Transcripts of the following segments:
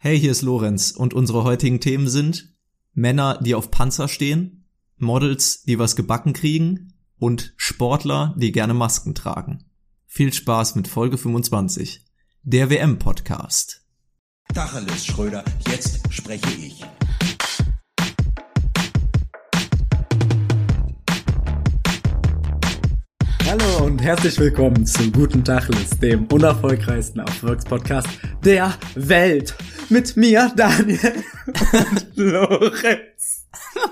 Hey, hier ist Lorenz und unsere heutigen Themen sind Männer, die auf Panzer stehen, Models, die was gebacken kriegen und Sportler, die gerne Masken tragen. Viel Spaß mit Folge 25, der WM-Podcast. Tacheles, Schröder, jetzt spreche ich. Hallo und herzlich willkommen zu Guten Tacheles, dem unerfolgreichsten Erfolgspodcast der Welt. Mit mir, Daniel und Lorenz.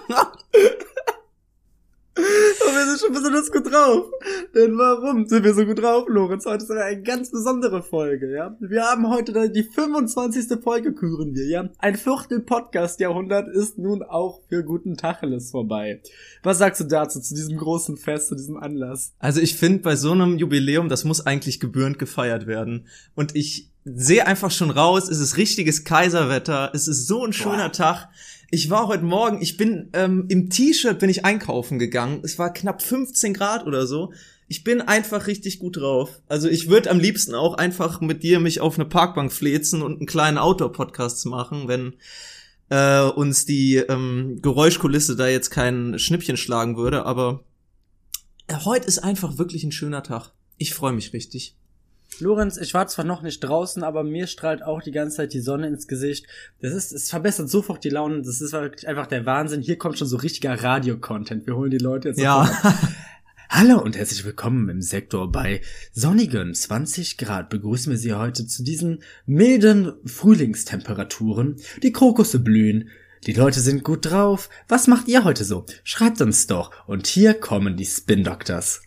Und wir sind schon besonders gut drauf. Denn warum sind wir so gut drauf, Lorenz? Heute ist eine ganz besondere Folge, ja. Wir haben heute die 25. Folge, küren wir, ja. Ein Viertel Podcast-Jahrhundert ist nun auch für Guten Tacheles vorbei. Was sagst du dazu, zu diesem großen Fest, zu diesem Anlass? Also ich finde, bei so einem Jubiläum, das muss eigentlich gebührend gefeiert werden. Und ich sehe einfach schon raus, es ist richtiges Kaiserwetter, es ist so ein schöner Tag. Ich war heute Morgen, ich bin im T-Shirt bin ich einkaufen gegangen. Es war knapp 15 Grad oder so. Ich bin einfach richtig gut drauf. Also ich würde am liebsten auch einfach mit dir mich auf eine Parkbank fläzen und einen kleinen Outdoor-Podcast machen, wenn uns die Geräuschkulisse da jetzt kein Schnippchen schlagen würde. Aber heute ist einfach wirklich ein schöner Tag. Ich freue mich richtig. Lorenz, ich war zwar noch nicht draußen, aber mir strahlt auch die ganze Zeit die Sonne ins Gesicht. Es verbessert sofort die Laune. Das ist wirklich einfach der Wahnsinn. Hier kommt schon so richtiger Radio-Content. Wir holen die Leute jetzt ja. Hallo und herzlich willkommen im Sektor bei sonnigen 20 Grad. Begrüßen wir Sie heute zu diesen milden Frühlingstemperaturen. Die Krokusse blühen. Die Leute sind gut drauf. Was macht ihr heute so? Schreibt uns doch. Und hier kommen die Spin Doctors.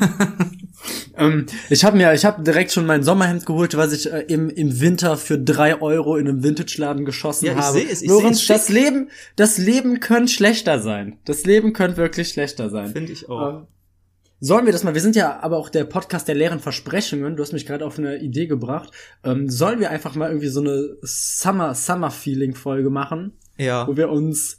Ich habe direkt schon mein Sommerhemd geholt, was ich im Winter für 3 Euro in einem Vintage-Laden geschossen habe. Ich Lorenz, das Leben könnte schlechter sein. Das Leben könnte wirklich schlechter sein. Finde ich auch. Sollen wir das mal, wir sind ja aber auch der Podcast der leeren Versprechungen, du hast mich gerade auf eine Idee gebracht, sollen wir einfach mal irgendwie so eine Summer-Feeling-Folge machen? Ja. Wo wir uns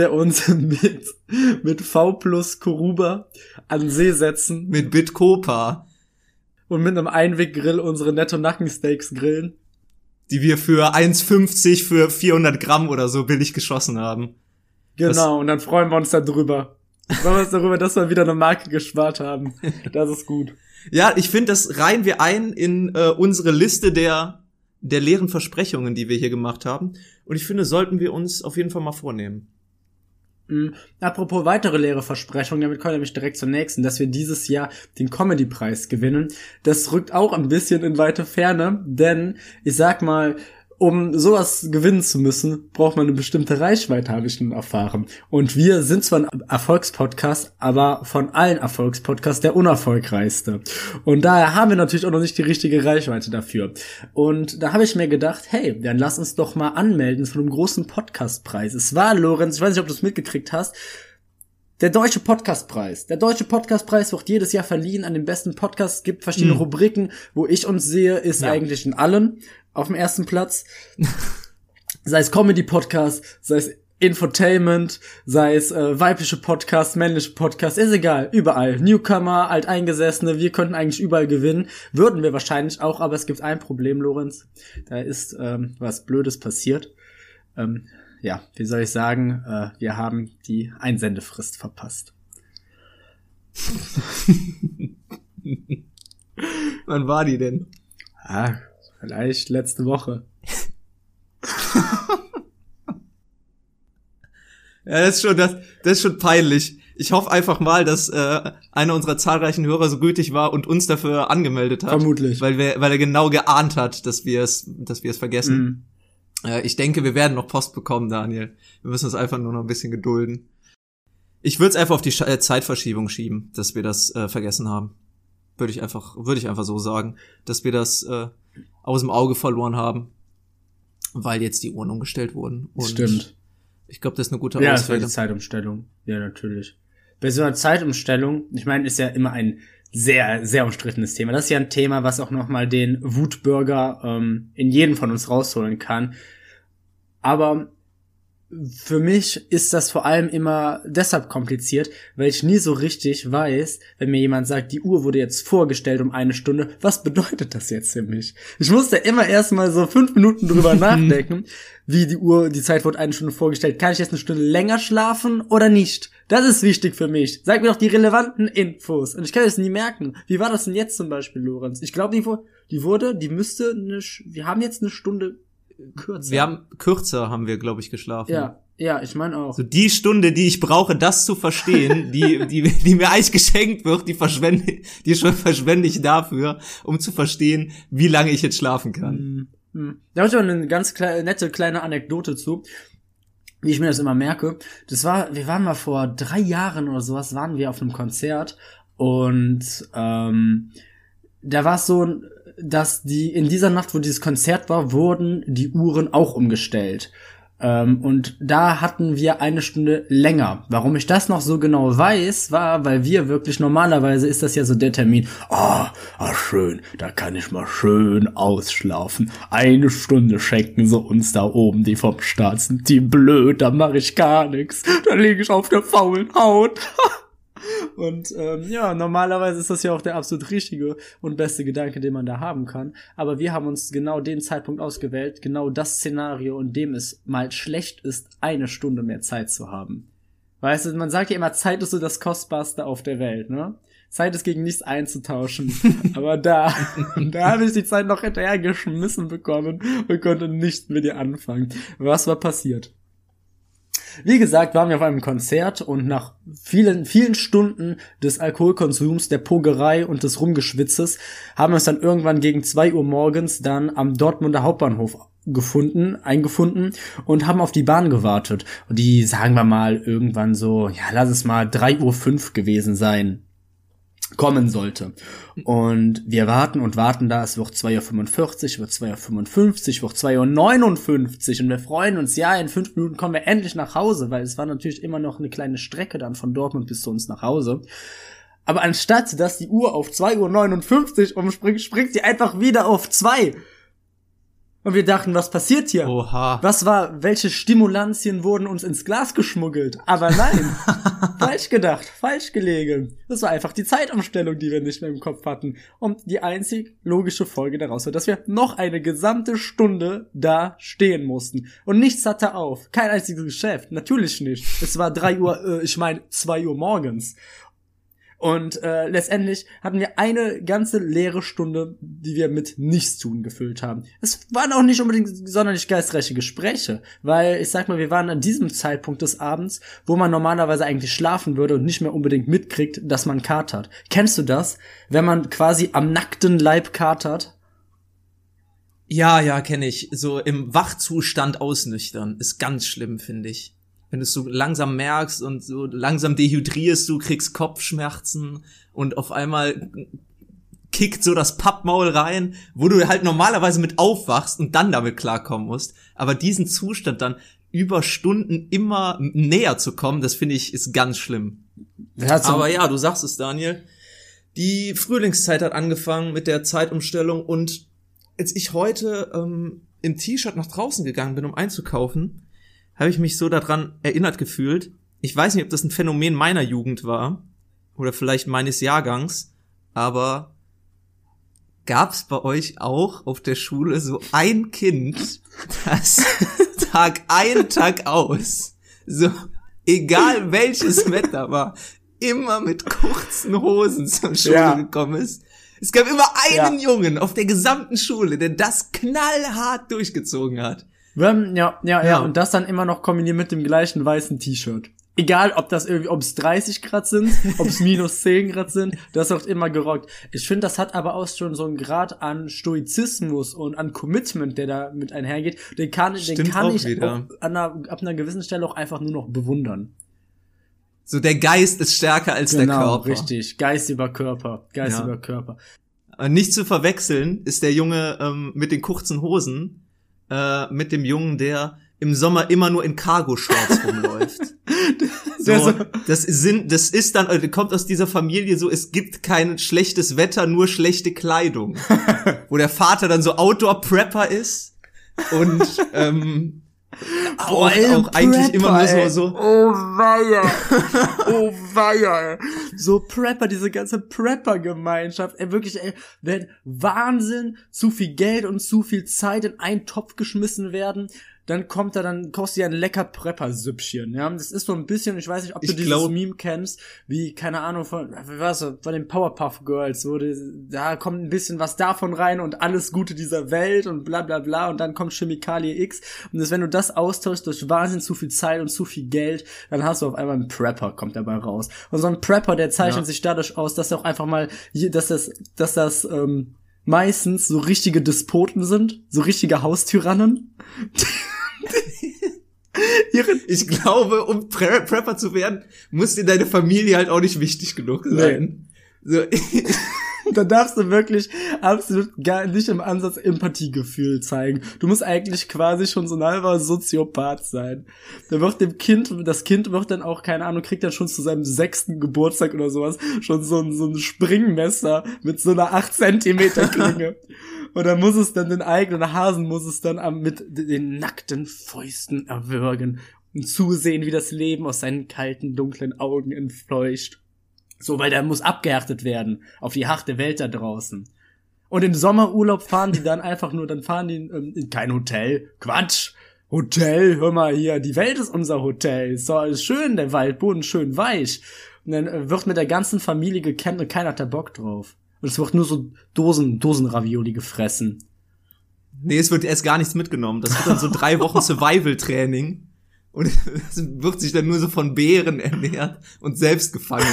mit V plus Koruba an den See setzen. Mit Bitcopa. Und mit einem Einweggrill unsere Netto-Nackensteaks grillen. Die wir für 1,50 für 400 Gramm oder so billig geschossen haben. Genau, und dann freuen wir uns darüber. Dass wir wieder eine Marke gespart haben. Das ist gut. Ja, ich finde, das reihen wir ein in unsere Liste der leeren Versprechungen, die wir hier gemacht haben. Und ich finde, sollten wir uns auf jeden Fall mal vornehmen. Apropos weitere leere Versprechungen, damit kommen wir nämlich direkt zur nächsten, dass wir dieses Jahr den Comedy-Preis gewinnen. Das rückt auch ein bisschen in weite Ferne, denn ich sag mal, um sowas gewinnen zu müssen, braucht man eine bestimmte Reichweite, habe ich nun erfahren. Und wir sind zwar ein Erfolgspodcast, aber von allen Erfolgspodcasts der unerfolgreichste. Und daher haben wir natürlich auch noch nicht die richtige Reichweite dafür. Und da habe ich mir gedacht, hey, dann lass uns doch mal anmelden zu einem großen Podcastpreis. Es war, Lorenz, ich weiß nicht, ob du es mitgekriegt hast, der Deutsche Podcastpreis. Der Deutsche Podcastpreis wird jedes Jahr verliehen an den besten Podcasts. Es gibt verschiedene Rubriken. Wo ich uns sehe, ist eigentlich in allen auf dem ersten Platz. Sei es Comedy-Podcast, sei es Infotainment, sei es weibliche Podcasts, männliche Podcasts, ist egal, überall. Newcomer, Alteingesessene, wir könnten eigentlich überall gewinnen. Würden wir wahrscheinlich auch, aber es gibt ein Problem, Lorenz. Da ist was Blödes passiert. Ja, wie soll ich sagen, wir haben die Einsendefrist verpasst. Wann war die denn? Vielleicht letzte Woche. Ja, das ist schon peinlich. Ich hoffe einfach mal, dass einer unserer zahlreichen Hörer so gütig war und uns dafür angemeldet hat. Vermutlich. Weil er genau geahnt hat, dass wir es vergessen. Ich denke, wir werden noch Post bekommen, Daniel. Wir müssen uns einfach nur noch ein bisschen gedulden. Ich würde es einfach auf die Zeitverschiebung schieben, dass wir das vergessen haben. Würde ich einfach so sagen, dass wir das aus dem Auge verloren haben, weil jetzt die Uhren umgestellt wurden. Und stimmt. Ich glaube, das ist eine gute Ausrede. Ja, das war die Zeitumstellung. Ja, natürlich. Bei so einer Zeitumstellung, ich meine, ist ja immer ein sehr, sehr umstrittenes Thema. Das ist ja ein Thema, was auch nochmal den Wutbürger in jedem von uns rausholen kann. Aber für mich ist das vor allem immer deshalb kompliziert, weil ich nie so richtig weiß, wenn mir jemand sagt, die Uhr wurde jetzt vorgestellt um 1 Stunde, was bedeutet das jetzt für mich? Ich musste immer erstmal so 5 Minuten drüber nachdenken, wie die Zeit wurde 1 Stunde vorgestellt. Kann ich jetzt 1 Stunde länger schlafen oder nicht? Das ist wichtig für mich. Sag mir doch die relevanten Infos. Und ich kann das nie merken. Wie war das denn jetzt zum Beispiel, Lorenz? Ich glaube, wir haben jetzt 1 Stunde kürzer. Kürzer haben wir, glaube ich, geschlafen. Ja, ich meine auch. So die Stunde, die ich brauche, das zu verstehen, die mir eigentlich geschenkt wird, die verschwende ich dafür, um zu verstehen, wie lange ich jetzt schlafen kann. Da habe ich auch eine ganz nette kleine Anekdote zu, wie ich mir das immer merke. Wir waren mal vor 3 Jahren oder sowas, waren wir auf einem Konzert und da war es so, dass in dieser Nacht, wo dieses Konzert war, wurden die Uhren auch umgestellt. Und da hatten wir 1 Stunde länger. Warum ich das noch so genau weiß, war, weil wir wirklich, normalerweise ist das ja so der Termin, schön, da kann ich mal schön ausschlafen. 1 Stunde schenken sie uns da oben, die vom Start sind die blöd, da mache ich gar nichts. Da liege ich auf der faulen Haut. Und normalerweise ist das ja auch der absolut richtige und beste Gedanke, den man da haben kann. Aber wir haben uns genau den Zeitpunkt ausgewählt, genau das Szenario, in dem es mal schlecht ist, 1 Stunde mehr Zeit zu haben. Weißt du, man sagt ja immer, Zeit ist so das Kostbarste auf der Welt, ne? Zeit ist gegen nichts einzutauschen. Aber da habe ich die Zeit noch hinterhergeschmissen bekommen und konnte nicht mit ihr anfangen. Was war passiert? Wie gesagt, waren wir auf einem Konzert und nach vielen, vielen Stunden des Alkoholkonsums, der Pogerei und des Rumgeschwitzes haben wir uns dann irgendwann gegen 2 Uhr morgens dann am Dortmunder Hauptbahnhof eingefunden und haben auf die Bahn gewartet. Und die, sagen wir mal, irgendwann so, lass es mal 3:05 Uhr gewesen sein, kommen sollte. Und wir warten und warten da, es wird 2:45 Uhr, wird 2:55 Uhr, wird 2:59 Uhr und wir freuen uns, in 5 Minuten kommen wir endlich nach Hause, weil es war natürlich immer noch eine kleine Strecke dann von Dortmund bis zu uns nach Hause. Aber anstatt, dass die Uhr auf 2:59 Uhr umspringt, springt sie einfach wieder auf 2. Und wir dachten, was passiert hier? Oha. Welche Stimulantien wurden uns ins Glas geschmuggelt? Aber nein, falsch gedacht, falsch gelegen. Das war einfach die Zeitumstellung, die wir nicht mehr im Kopf hatten. Und die einzig logische Folge daraus war, dass wir noch eine gesamte Stunde da stehen mussten. Und nichts hatte auf. Kein einziges Geschäft. Natürlich nicht. Es war 2 Uhr morgens. Und letztendlich hatten wir eine ganze leere Stunde, die wir mit Nichtstun gefüllt haben. Es waren auch nicht unbedingt sonderlich geistreiche Gespräche, weil, ich sag mal, wir waren an diesem Zeitpunkt des Abends, wo man normalerweise eigentlich schlafen würde und nicht mehr unbedingt mitkriegt, dass man katert. Kennst du das? Wenn man quasi am nackten Leib katert? Ja, kenne ich. So im Wachzustand ausnüchtern ist ganz schlimm, finde ich. Wenn du es so langsam merkst und so langsam dehydrierst, du kriegst Kopfschmerzen und auf einmal kickt so das Pappmaul rein, wo du halt normalerweise mit aufwachst und dann damit klarkommen musst. Aber diesen Zustand dann über Stunden immer näher zu kommen, das finde ich ist ganz schlimm. Aber ja, du sagst es, Daniel. Die Frühlingszeit hat angefangen mit der Zeitumstellung und als ich heute im T-Shirt nach draußen gegangen bin, um einzukaufen, habe ich mich so daran erinnert gefühlt. Ich weiß nicht, ob das ein Phänomen meiner Jugend war oder vielleicht meines Jahrgangs, aber gab's bei euch auch auf der Schule so ein Kind, das Tag ein, Tag aus, so egal welches Wetter war, immer mit kurzen Hosen zur Schule gekommen ist? Es gab immer einen Jungen auf der gesamten Schule, der das knallhart durchgezogen hat. Ja, und das dann immer noch kombiniert mit dem gleichen weißen T-Shirt. Egal, ob es 30 Grad sind, ob es minus 10 Grad sind, das wird immer gerockt. Ich finde, das hat aber auch schon so einen Grad an Stoizismus und an Commitment, der da mit einhergeht. Den kann ich auch ab einer gewissen Stelle auch einfach nur noch bewundern. So der Geist ist stärker als der Körper. Genau, richtig. Geist über Körper. Über Körper. Nicht zu verwechseln ist der Junge mit den kurzen Hosen mit dem Jungen, der im Sommer immer nur in Cargo-Shorts rumläuft. Das ist dann, kommt aus dieser Familie so, es gibt kein schlechtes Wetter, nur schlechte Kleidung. Wo der Vater dann so Outdoor-Prepper ist und auch eigentlich immer nur so. Oh weia. Oh weia, ey. So Prepper, diese ganze Prepper-Gemeinschaft, ey, wirklich, ey, wenn Wahnsinn, zu viel Geld und zu viel Zeit in einen Topf geschmissen werden, dann kostet ja ein lecker Prepper-Süppchen, ja. Das ist so ein bisschen, ich weiß nicht, ob du dieses Meme kennst, wie, keine Ahnung, von den Powerpuff Girls, da kommt ein bisschen was davon rein und alles Gute dieser Welt und bla bla bla und dann kommt Chemikalie X und wenn du das austauschst durch Wahnsinn, zu viel Zeit und zu viel Geld, dann hast du auf einmal einen Prepper, kommt dabei raus. Und so ein Prepper, der zeichnet sich dadurch aus, dass er auch einfach mal, dass das meistens so richtige Despoten sind, so richtige Haustyrannen. Ich glaube, um Prepper zu werden, muss dir deine Familie halt auch nicht wichtig genug sein. Nee. So. Da darfst du wirklich absolut gar nicht im Ansatz Empathiegefühl zeigen. Du musst eigentlich quasi schon so ein halber Soziopath sein. Da wird das Kind wird dann auch, keine Ahnung, kriegt dann schon zu seinem 6. Geburtstag oder sowas schon so ein Springmesser mit so einer 8 Zentimeter Klinge. Und dann muss es dann den eigenen Hasen mit den nackten Fäusten erwürgen und zusehen, wie das Leben aus seinen kalten, dunklen Augen entfleucht. So, weil der muss abgehärtet werden auf die harte Welt da draußen. Und im Sommerurlaub fahren die dann einfach nur, dann fahren die in kein Hotel. Quatsch! Hotel, hör mal hier, die Welt ist unser Hotel. Ist doch alles schön, der Waldboden schön weich. Und dann wird mit der ganzen Familie gecampt und keiner hat da Bock drauf. Und es wird nur so Dosen-Ravioli gefressen. Nee, es wird erst gar nichts mitgenommen. Das wird dann so 3 Wochen Survival-Training. Und es wird sich dann nur so von Bären ernährt und selbst gefangen.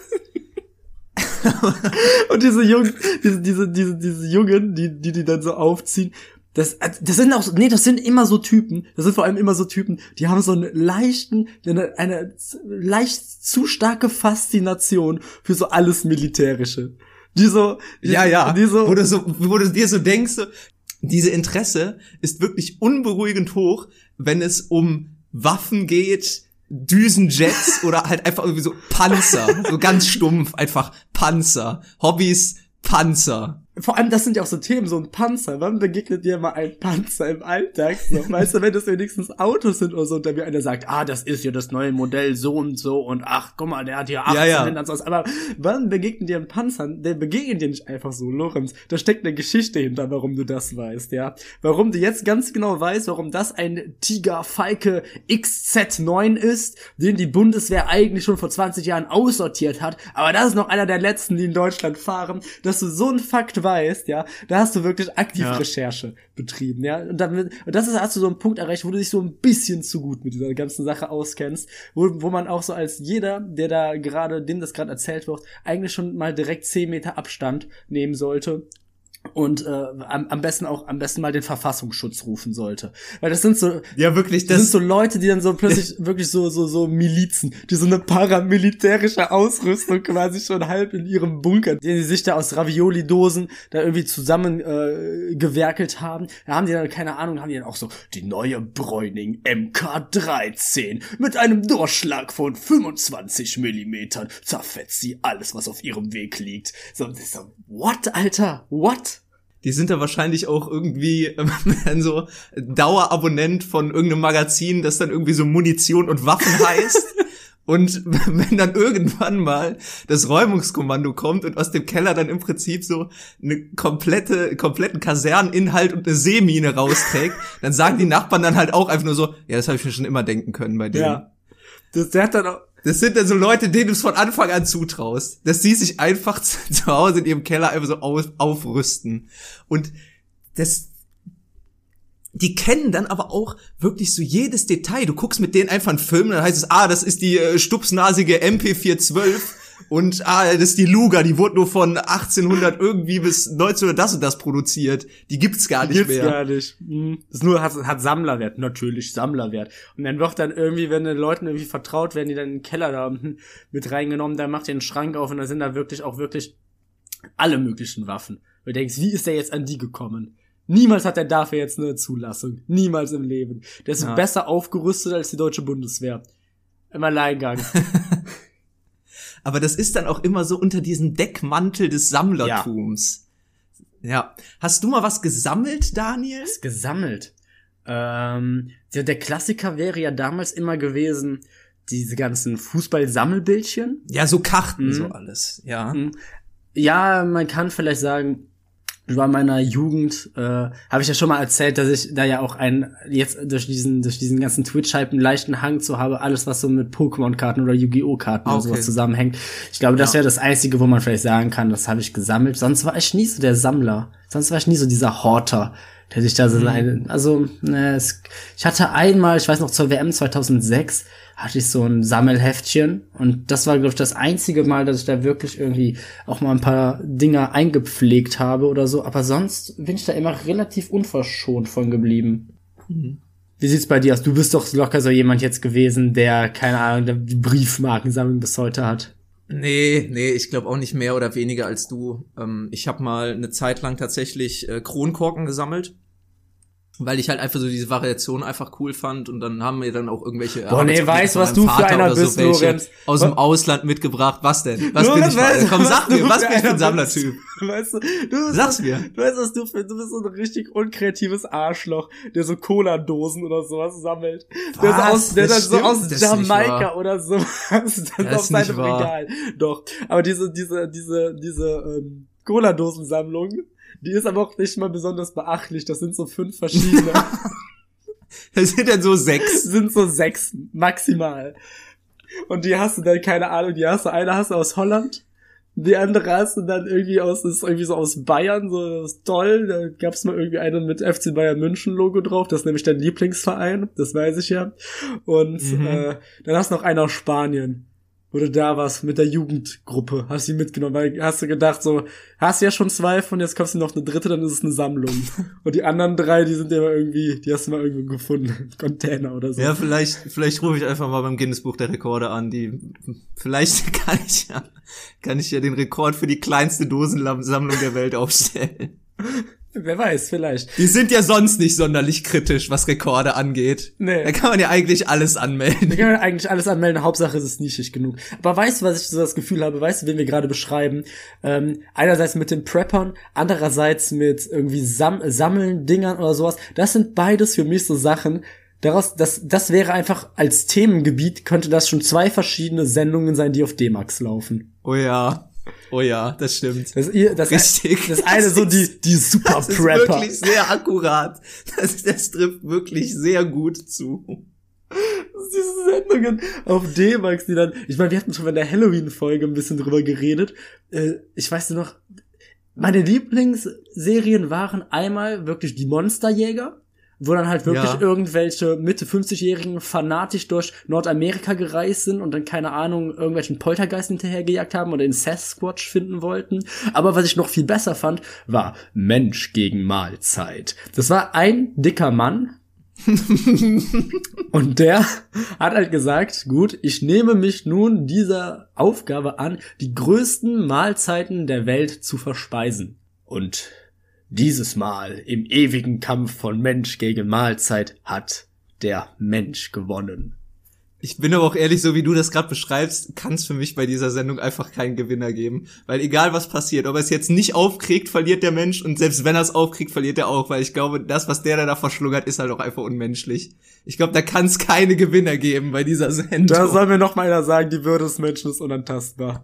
Und diese Jungen, diese Jungen, die dann so aufziehen, das sind immer so Typen, das sind vor allem immer so Typen, die haben so eine leicht zu starke Faszination für so alles Militärische. Wo du dir so denkst, diese Interesse ist wirklich unberuhigend hoch, wenn es um Waffen geht, Düsenjets oder halt einfach irgendwie so Panzer, so ganz stumpf, einfach Panzer, Hobbys, Panzer. Vor allem, das sind ja auch so Themen, so ein Panzer. Wann begegnet dir mal ein Panzer im Alltag? So, weißt du, wenn das wenigstens Autos sind oder so, und dann wie einer sagt, das ist ja das neue Modell so und ach, guck mal, der hat hier 18 Zylinder und sowas. Aber wann begegnet dir ein Panzer? Der begegnet dir nicht einfach so, Lorenz. Da steckt eine Geschichte hinter, warum du das weißt, ja. Warum du jetzt ganz genau weißt, warum das ein Tiger Falke XZ9 ist, den die Bundeswehr eigentlich schon vor 20 Jahren aussortiert hat. Aber das ist noch einer der letzten, die in Deutschland fahren, dass du so einen Fakt weißt, ja, da hast du wirklich aktiv Recherche betrieben, ja, und hast du so einen Punkt erreicht, wo du dich so ein bisschen zu gut mit dieser ganzen Sache auskennst, wo man auch so als jeder, dem das gerade erzählt wird, eigentlich schon mal direkt 10 Meter Abstand nehmen sollte. Und am besten mal den Verfassungsschutz rufen sollte, weil das sind so das sind so Leute, die dann so plötzlich wirklich so Milizen, die so eine paramilitärische Ausrüstung quasi schon halb in ihrem Bunker, den sie sich da aus Ravioli-Dosen da irgendwie zusammen gewerkelt haben. Da haben die dann, keine Ahnung, haben die dann auch so die neue Breuning MK13 mit einem Durchschlag von 25 Millimetern zerfetzt sie alles, was auf ihrem Weg liegt. So, what, Alter? What? Die sind da wahrscheinlich auch irgendwie so Dauerabonnent von irgendeinem Magazin, das dann irgendwie so Munition und Waffen heißt. Und wenn dann irgendwann mal das Räumungskommando kommt und aus dem Keller dann im Prinzip so eine kompletten Kaserneninhalt und eine Seemine rausträgt, dann sagen die Nachbarn dann halt auch einfach nur so, ja, das habe ich mir schon immer denken können bei denen. Ja. Das sind dann so Leute, denen du es von Anfang an zutraust, dass die sich einfach zu Hause in ihrem Keller einfach so aufrüsten. Und die kennen dann aber auch wirklich so jedes Detail. Du guckst mit denen einfach einen Film und dann heißt es, das ist die stupsnasige MP412 und das ist die Luger, die wurde nur von 1800 irgendwie bis 1900 das und das produziert. Die gibt's gar nicht mehr. Gar nicht. Das nur hat Sammlerwert, natürlich Sammlerwert. Und dann wird dann irgendwie, wenn den Leuten irgendwie vertraut werden, die dann in den Keller da mit reingenommen, dann macht ihr einen Schrank auf und da sind da wirklich alle möglichen Waffen. Und du denkst, wie ist der jetzt an die gekommen? Niemals hat er dafür jetzt eine Zulassung. Niemals im Leben. Der ist besser aufgerüstet als die deutsche Bundeswehr. Im Alleingang. Aber das ist dann auch immer so unter diesem Deckmantel des Sammlertums. Ja. Hast du mal was gesammelt, Daniel? Was gesammelt? Der Klassiker wäre ja damals immer gewesen, diese ganzen Fußball-Sammelbildchen. Ja, so Karten, so alles, ja. Ja, man kann vielleicht sagen, über meiner Jugend habe ich ja schon mal erzählt, dass ich da ja auch jetzt durch diesen ganzen Twitch-Hype einen leichten Hang zu habe, alles was so mit Pokémon-Karten oder Yu-Gi-Oh-Karten und sowas zusammenhängt. Ich glaube, das wäre das Einzige, wo man vielleicht sagen kann, das habe ich gesammelt. Sonst war ich nie so der Sammler. Sonst war ich nie so dieser Horter, der sich da so ich hatte einmal, ich weiß noch, zur WM 2006 hatte ich so ein Sammelheftchen und das war, glaube ich, das einzige Mal, dass ich da wirklich irgendwie auch mal ein paar Dinger eingepflegt habe oder so, aber sonst bin ich da immer relativ unverschont von geblieben. Wie sieht's bei dir aus? Du bist doch locker so jemand jetzt gewesen, der, keine Ahnung, die Briefmarkensammlung bis heute hat. Nee, ich glaube auch nicht mehr oder weniger als du. Ich habe mal eine Zeit lang tatsächlich Kronkorken gesammelt, weil ich halt einfach so diese Variation einfach cool fand und dann haben mir dann auch irgendwelche weißt was du für einer bist, Lorenz. Aus dem Ausland mitgebracht. Was denn? Was bin ich für? Komm, sag mir, was bin ich für ein Sammlertyp? Weißt du, sag's mir. Du weißt, was du bist so ein richtig unkreatives Arschloch, der so Cola-Dosen oder sowas sammelt. Der dann so aus Jamaika oder sowas. Das ist auf seinem Regal. Doch. Aber diese Cola-Dosensammlung, die ist aber auch nicht mal besonders beachtlich. Das sind so 5 verschiedene. Das sind dann so 6. Sind so 6 maximal. Und die hast du dann, keine Ahnung, eine hast du aus Holland, die andere hast du dann irgendwie so aus Bayern, so das ist toll. Da gab's mal irgendwie eine mit FC Bayern München Logo drauf, das ist nämlich dein Lieblingsverein, das weiß ich ja. Und dann hast du noch eine aus Spanien, wo du da warst mit der Jugendgruppe, hast die mitgenommen, weil hast du gedacht so, hast ja schon 2 von, jetzt kommst du noch eine dritte, dann ist es eine Sammlung. Und die anderen 3, die sind ja irgendwie, die hast du mal irgendwo gefunden, Container oder so. Ja, vielleicht rufe ich einfach mal beim Guinness-Buch der Rekorde an, vielleicht kann ich ja den Rekord für die kleinste Dosensammlung der Welt aufstellen. Wer weiß, vielleicht. Die sind ja sonst nicht sonderlich kritisch, was Rekorde angeht. Nee. Da kann man ja eigentlich alles anmelden. Hauptsache es ist nischig genug. Aber weißt du, was ich so das Gefühl habe? Weißt du, wen wir gerade beschreiben? Einerseits mit den Preppern, andererseits mit irgendwie Sammeln, Dingern oder sowas. Das sind beides für mich so Sachen, das wäre einfach als Themengebiet, könnte das schon 2 verschiedene Sendungen sein, die auf D-Max laufen. Oh ja, das stimmt. Richtig. Das eine so die Super Prepper. Das ist wirklich sehr akkurat. Das trifft wirklich sehr gut zu. Diese Sendungen auf D-Max, die dann, ich meine, wir hatten schon in der Halloween-Folge ein bisschen drüber geredet. Ich weiß noch, meine Lieblingsserien waren einmal wirklich die Monsterjäger, wo dann halt wirklich irgendwelche Mitte 50-Jährigen fanatisch durch Nordamerika gereist sind und dann, keine Ahnung, irgendwelchen Poltergeist hinterhergejagt haben oder den Sasquatch finden wollten. Aber was ich noch viel besser fand, war Mensch gegen Mahlzeit. Das war ein dicker Mann und der hat halt gesagt, gut, ich nehme mich nun dieser Aufgabe an, die größten Mahlzeiten der Welt zu verspeisen. Und dieses Mal im ewigen Kampf von Mensch gegen Mahlzeit hat der Mensch gewonnen. Ich bin aber auch ehrlich, so wie du das gerade beschreibst, kann es für mich bei dieser Sendung einfach keinen Gewinner geben. Weil egal was passiert, ob er es jetzt nicht aufkriegt, verliert der Mensch. Und selbst wenn er es aufkriegt, verliert er auch. Weil ich glaube, das, was der da verschlungert, ist halt auch einfach unmenschlich. Ich glaube, da kann es keine Gewinner geben bei dieser Sendung. Da soll mir noch mal einer sagen, die Würde des Menschen ist unantastbar.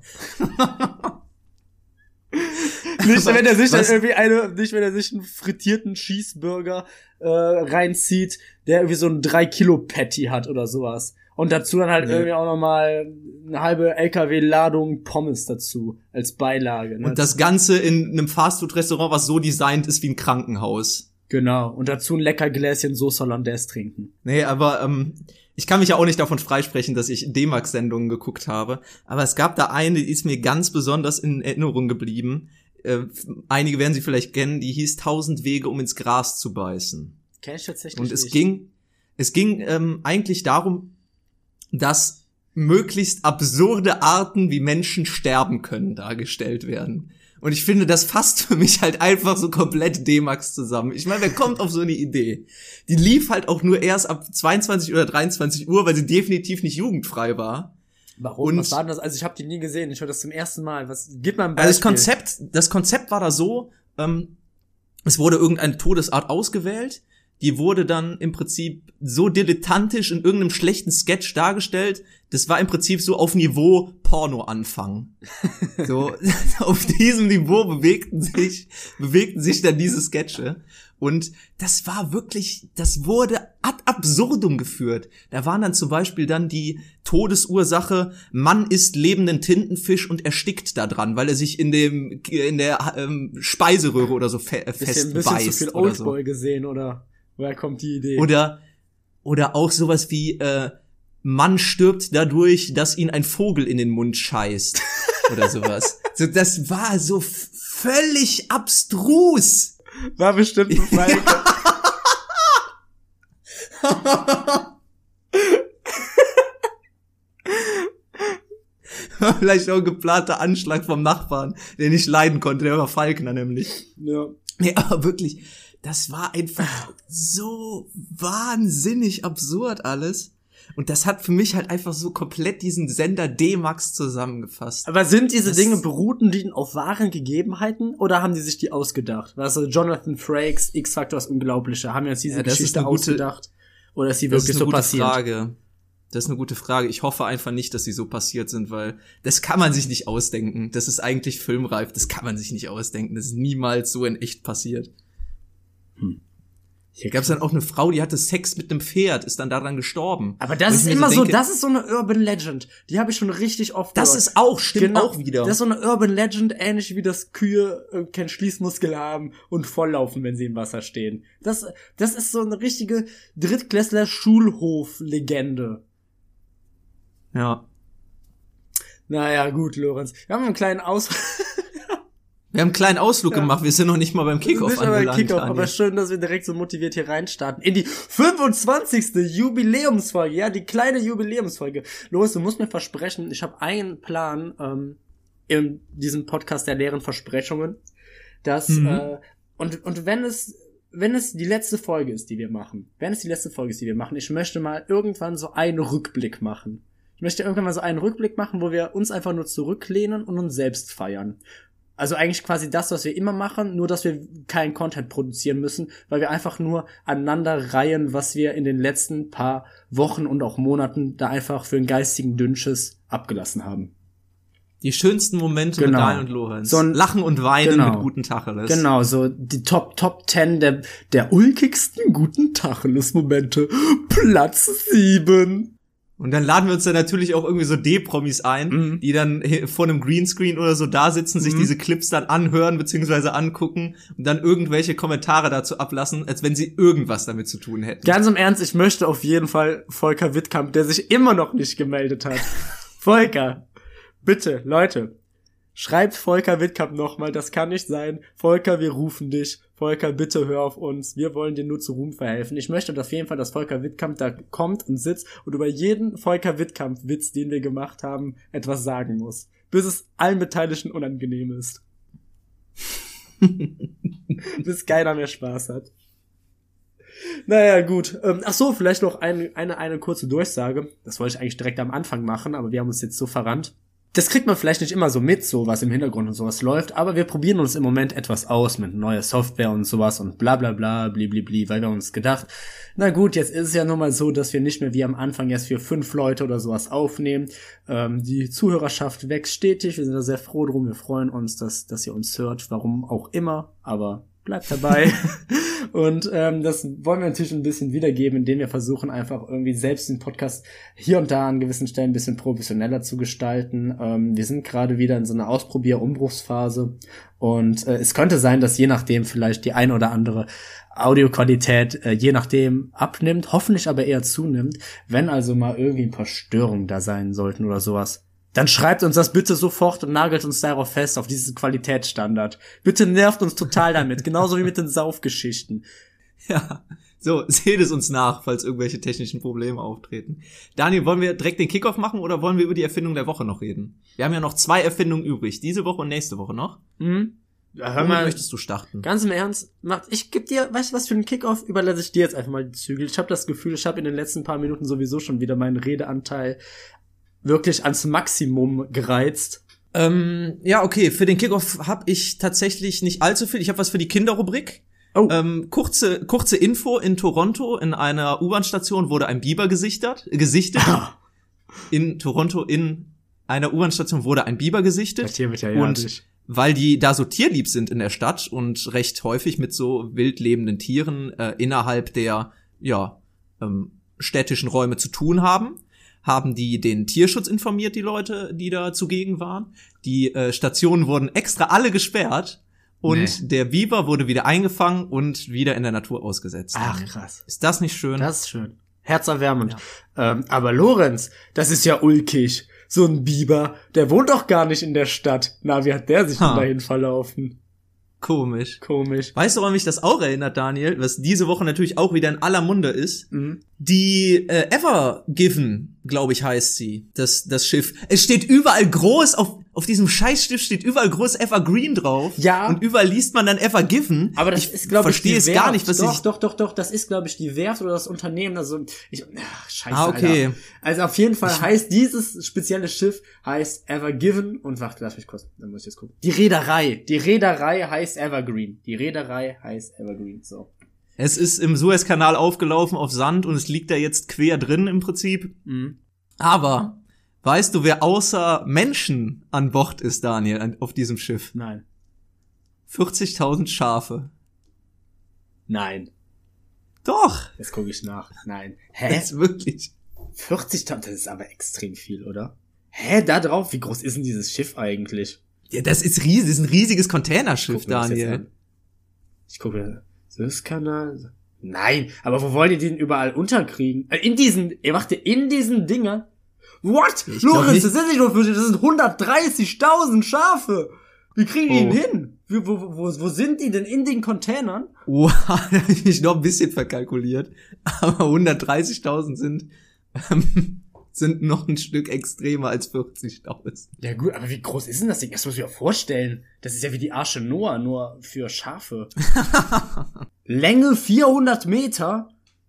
Nicht, wenn er sich dann irgendwie wenn er sich einen frittierten Cheeseburger reinzieht, der irgendwie so ein 3-Kilo-Patty hat oder sowas. Und dazu dann halt irgendwie auch nochmal eine halbe LKW-Ladung Pommes dazu als Beilage. Ne? Und das Ganze in einem Fastfood-Restaurant, was so designt ist wie ein Krankenhaus. Genau. Und dazu ein lecker Gläschen Sauce Hollandaise trinken. Nee, aber ich kann mich ja auch nicht davon freisprechen, dass ich D-Max-Sendungen geguckt habe. Aber es gab da eine, die ist mir ganz besonders in Erinnerung geblieben. Einige werden sie vielleicht kennen, die hieß 1000 Wege, um ins Gras zu beißen. Kenn ich tatsächlich nicht. Und es ging eigentlich darum, dass möglichst absurde Arten, wie Menschen sterben können, dargestellt werden. Und ich finde, das fasst für mich halt einfach so komplett D-Max zusammen. Ich meine, wer kommt auf so eine Idee? Die lief halt auch nur erst ab 22 oder 23 Uhr, weil sie definitiv nicht jugendfrei war. Warum? Was war denn das? Also ich habe die nie gesehen. Ich höre das zum ersten Mal. Gib mal ein Beispiel. Also das Konzept war da so, es wurde irgendeine Todesart ausgewählt, die wurde dann im Prinzip so dilettantisch in irgendeinem schlechten Sketch dargestellt, das war im Prinzip so auf Niveau Porno-Anfang. So, auf diesem Niveau bewegten sich dann diese Sketche. Und das war wirklich, das wurde ad absurdum geführt. Da waren dann zum Beispiel dann die Todesursache, Mann isst lebenden Tintenfisch und erstickt da dran, weil er sich in der Speiseröhre oder so festbeißt. Ein bisschen zu viel Oldboy so gesehen, oder woher kommt die Idee? Oder auch sowas wie, Mann stirbt dadurch, dass ihn ein Vogel in den Mund scheißt. Oder sowas. So, das war so völlig abstrus. War bestimmt ein Falke. Vielleicht auch ein geplanter Anschlag vom Nachbarn, den ich leiden konnte, der war Falkner nämlich. Ja. Nee, aber wirklich, das war einfach so wahnsinnig absurd alles. Und das hat für mich halt einfach so komplett diesen Sender D-Max zusammengefasst. Aber sind diese Dinge, beruhten die auf wahren Gegebenheiten oder haben die sich die ausgedacht? Also Jonathan Frakes, X-Factor, das Unglaubliche, haben jetzt diese Geschichte ausgedacht? Oder ist sie wirklich so passiert? Das ist eine gute Frage. Ich hoffe einfach nicht, dass sie so passiert sind, weil das kann man sich nicht ausdenken. Das ist eigentlich filmreif, das kann man sich nicht ausdenken. Das ist niemals so in echt passiert. Hier gab es dann auch eine Frau, die hatte Sex mit einem Pferd, ist dann daran gestorben. Aber das ist immer so, das ist so eine Urban Legend. Die habe ich schon richtig oft gehört. Das ist auch, stimmt auch wieder. Das ist so eine Urban Legend, ähnlich wie das Kühe keinen Schließmuskel haben und volllaufen, wenn sie im Wasser stehen. Das ist so eine richtige Drittklässler-Schulhof-Legende. Ja. Naja, gut, Lorenz. Wir haben einen kleinen Wir haben einen kleinen Ausflug gemacht, wir sind noch nicht mal beim Kickoff angelangt. Aber schön, dass wir direkt so motiviert hier reinstarten. In die 25. Jubiläumsfolge, ja, die kleine Jubiläumsfolge. Lorenz, du musst mir versprechen, ich habe einen Plan in diesem Podcast der leeren Versprechungen, dass, und wenn es die letzte Folge ist, die wir machen, ich möchte mal irgendwann so einen Rückblick machen. Ich möchte irgendwann mal so einen Rückblick machen, wo wir uns einfach nur zurücklehnen und uns selbst feiern. Also eigentlich quasi das, was wir immer machen, nur dass wir keinen Content produzieren müssen, weil wir einfach nur aneinander reihen, was wir in den letzten paar Wochen und auch Monaten da einfach für einen geistigen Dünnschiss abgelassen haben. Die schönsten Momente mit Daniel und Lorenz. So ein Lachen und Weinen mit guten Tacheles. Genau, so die Top 10 der ulkigsten guten Tacheles-Momente. Platz 7. Und dann laden wir uns dann natürlich auch irgendwie so D-Promis ein, die dann vor einem Greenscreen oder so da sitzen, sich diese Clips dann anhören bzw. angucken und dann irgendwelche Kommentare dazu ablassen, als wenn sie irgendwas damit zu tun hätten. Ganz im Ernst, ich möchte auf jeden Fall Volker Wittkamp, der sich immer noch nicht gemeldet hat. Volker, bitte, Leute, schreibt Volker Wittkamp nochmal, das kann nicht sein. Volker, wir rufen dich. Volker, bitte hör auf uns. Wir wollen dir nur zu Ruhm verhelfen. Ich möchte auf jeden Fall, dass Volker Wittkamp da kommt und sitzt und über jeden Volker Wittkamp-Witz, den wir gemacht haben, etwas sagen muss. Bis es allen Beteiligten unangenehm ist. Bis keiner mehr Spaß hat. Naja, gut. Ach so, vielleicht noch eine kurze Durchsage. Das wollte ich eigentlich direkt am Anfang machen, aber wir haben uns jetzt so verrannt. Das kriegt man vielleicht nicht immer so mit, so was im Hintergrund und sowas läuft, aber wir probieren uns im Moment etwas aus mit neuer Software und sowas und bla bla bla, bliblibli, weil wir uns gedacht, na gut, jetzt ist es ja nun mal so, dass wir nicht mehr wie am Anfang erst für 5 Leute oder sowas aufnehmen. Die Zuhörerschaft wächst stetig, wir sind da sehr froh drum, wir freuen uns, dass ihr uns hört, warum auch immer, aber bleibt dabei. Und das wollen wir natürlich ein bisschen wiedergeben, indem wir versuchen, einfach irgendwie selbst den Podcast hier und da an gewissen Stellen ein bisschen professioneller zu gestalten. Wir sind gerade wieder in so einer Ausprobier-Umbruchsphase und es könnte sein, dass je nachdem vielleicht die eine oder andere Audioqualität je nachdem abnimmt, hoffentlich aber eher zunimmt, wenn also mal irgendwie ein paar Störungen da sein sollten oder sowas. Dann schreibt uns das bitte sofort und nagelt uns darauf fest, auf diesen Qualitätsstandard. Bitte nervt uns total damit, genauso wie mit den Saufgeschichten. Ja, so, seht es uns nach, falls irgendwelche technischen Probleme auftreten. Daniel, wollen wir direkt den Kickoff machen oder wollen wir über die Erfindung der Woche noch reden? Wir haben ja noch 2 Erfindungen übrig, diese Woche und nächste Woche noch. Ja, hör mal, möchtest du starten? Ganz im Ernst, ich geb dir, weißt du was, für den Kickoff überlasse ich dir jetzt einfach mal die Zügel. Ich habe das Gefühl, ich habe in den letzten paar Minuten sowieso schon wieder meinen Redeanteil wirklich ans Maximum gereizt. Ja, okay, für den Kickoff habe ich tatsächlich nicht allzu viel. Ich habe was für die Kinderrubrik. Oh. Kurze Info, in Toronto in einer U-Bahn-Station wurde ein Biber gesichtet. In Toronto in einer U-Bahn-Station wurde ein Biber gesichtet. Das Tier wird ja und weil die da so tierlieb sind in der Stadt und recht häufig mit so wild lebenden Tieren innerhalb der städtischen Räume zu tun haben die den Tierschutz informiert, die Leute, die da zugegen waren. Die Stationen wurden extra alle gesperrt und der Biber wurde wieder eingefangen und wieder in der Natur ausgesetzt. Ach, krass. Ist das nicht schön? Das ist schön. Herzerwärmend. Ja. Aber Lorenz, das ist ja ulkig. So ein Biber, der wohnt doch gar nicht in der Stadt. Na, wie hat der sich denn dahin verlaufen? Komisch. Weißt du, woran mich das auch erinnert, Daniel, was diese Woche natürlich auch wieder in aller Munde ist? Mhm. Die Ever Given, glaube ich, heißt sie, das Schiff. Es steht überall groß, auf diesem Scheißstift steht überall groß Evergreen drauf. Ja. Und überall liest man dann Ever Given. Aber das ist, glaube ich, verstehe es gar nicht, was Doch, das ist, glaube ich, die Werft oder das Unternehmen. Also, scheiße, okay. Alter. Also auf jeden Fall heißt dieses spezielle Schiff heißt Ever Given und warte, lass mich kurz, dann muss ich jetzt gucken. Die Reederei heißt Evergreen. So. Es ist im Suezkanal aufgelaufen auf Sand und es liegt da jetzt quer drin im Prinzip. Mhm. Aber weißt du, wer außer Menschen an Bord ist, Daniel, auf diesem Schiff? Nein. 40.000 Schafe. Nein. Doch. Jetzt gucke ich nach. Nein. Das ist wirklich. 40.000, das ist aber extrem viel, oder? Da drauf? Wie groß ist denn dieses Schiff eigentlich? Ja, das ist riesig, das ist ein riesiges Containerschiff, Daniel. Ich gucke, Suezkanal. Nein, aber wo wollt ihr den überall unterkriegen? In diesen Dingern? What? Lorenz, das sind nicht nur Fische, das sind 130.000 Schafe. Wie kriegen die ihn hin? Wo sind die denn in den Containern? Wow, da habe ich mich noch ein bisschen verkalkuliert. Aber 130.000 sind noch ein Stück extremer als 40.000. Ja gut, aber wie groß ist denn das Ding? Das muss ich mir vorstellen. Das ist ja wie die Arche Noah, nur für Schafe. Länge 400 Meter,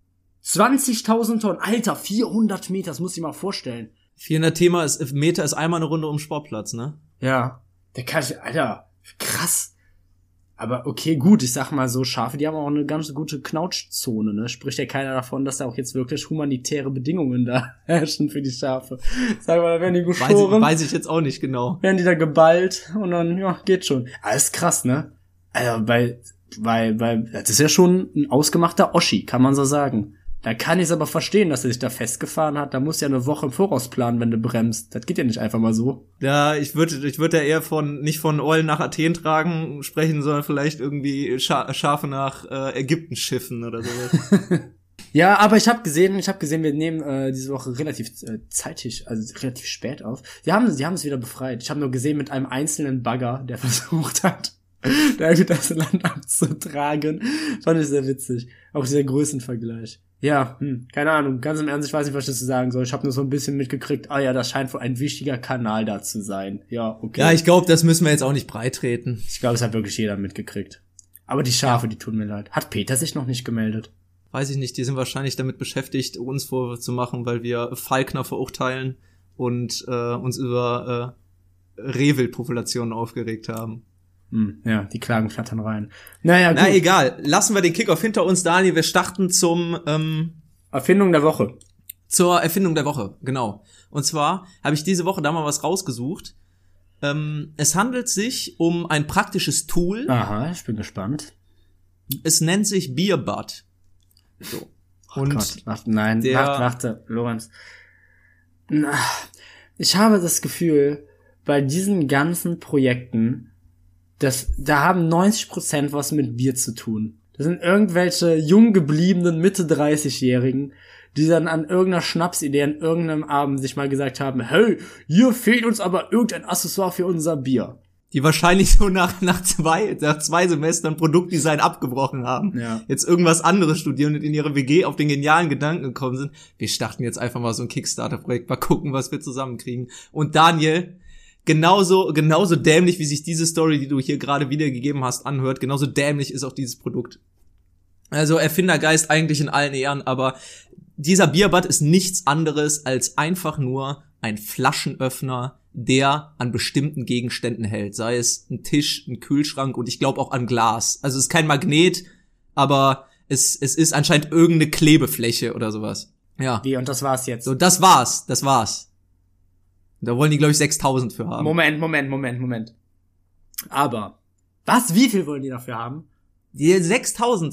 20.000 Tonnen. Alter, 400 Meter, das muss ich mal vorstellen. 400 Meter ist einmal eine Runde um den Sportplatz, ne? Ja. Alter, krass. Aber okay, gut, ich sag mal so, Schafe, die haben auch eine ganz gute Knautschzone, ne? Spricht ja keiner davon, dass da auch jetzt wirklich humanitäre Bedingungen da herrschen für die Schafe. Sag mal, da werden die geschoren. Weiß ich jetzt auch nicht genau. Werden die da geballt und dann, ja, geht schon. Alles krass, ne? Also, weil, das ist ja schon ein ausgemachter Oschi, kann man so sagen. Da kann ich es aber verstehen, dass er sich da festgefahren hat. Da musst du ja eine Woche im Voraus planen, wenn du bremst. Das geht ja nicht einfach mal so. Ja, ich würde ja eher nicht von Eulen nach Athen tragen sprechen, sondern vielleicht irgendwie Schafe nach Ägypten schiffen oder so. Ja, aber ich habe gesehen, wir nehmen diese Woche relativ zeitig, also relativ spät auf. Die haben es wieder befreit. Ich habe nur gesehen mit einem einzelnen Bagger, der versucht hat, da irgendwie das Land abzutragen. Fand ich sehr witzig. Auch dieser Größenvergleich. Ja, keine Ahnung, ganz im Ernst, ich weiß nicht, was ich dazu sagen soll. Ich habe nur so ein bisschen mitgekriegt, ja, das scheint wohl ein wichtiger Kanal da zu sein. Ja, okay. Ja, ich glaube, das müssen wir jetzt auch nicht breitreten. Ich glaube, es hat wirklich jeder mitgekriegt. Aber die Schafe, die tun mir leid. Hat Peter sich noch nicht gemeldet? Weiß ich nicht, die sind wahrscheinlich damit beschäftigt, uns Vorwürfe zu machen, weil wir Falkner verurteilen und uns über Rehwildpopulationen aufgeregt haben. Ja, die Klagen flattern rein. Naja, gut. Na egal, lassen wir den Kickoff hinter uns, Daniel. Wir starten zum Erfindung der Woche. Zur Erfindung der Woche, genau. Und zwar habe ich diese Woche da mal was rausgesucht. Es handelt sich um ein praktisches Tool. Aha, ich bin gespannt. Es nennt sich Beerbud. So. Und warte, Lorenz. Ich habe das Gefühl, bei diesen ganzen Projekten, da haben 90% was mit Bier zu tun. Das sind irgendwelche jung gebliebenen Mitte-30-Jährigen, die dann an irgendeiner Schnapsidee an irgendeinem Abend sich mal gesagt haben, hey, hier fehlt uns aber irgendein Accessoire für unser Bier. Die wahrscheinlich so nach zwei Semestern Produktdesign abgebrochen haben. Ja. Jetzt irgendwas anderes studieren und in ihre WG auf den genialen Gedanken gekommen sind. Wir starten jetzt einfach mal so ein Kickstarter-Projekt, mal gucken, was wir zusammenkriegen. Und Daniel, genauso dämlich, wie sich diese Story, die du hier gerade wiedergegeben hast, anhört, genauso dämlich ist auch dieses Produkt. Also Erfindergeist eigentlich in allen Ehren, aber dieser Beerbud ist nichts anderes als einfach nur ein Flaschenöffner, der an bestimmten Gegenständen hält. Sei es ein Tisch, ein Kühlschrank und ich glaube auch an Glas. Also es ist kein Magnet, aber es ist anscheinend irgendeine Klebefläche oder sowas. Ja. Wie, und das war's jetzt? So, das war's. Da wollen die, glaube ich, 6.000 für haben. Moment. Aber, was, wie viel wollen die dafür haben? Die 6.000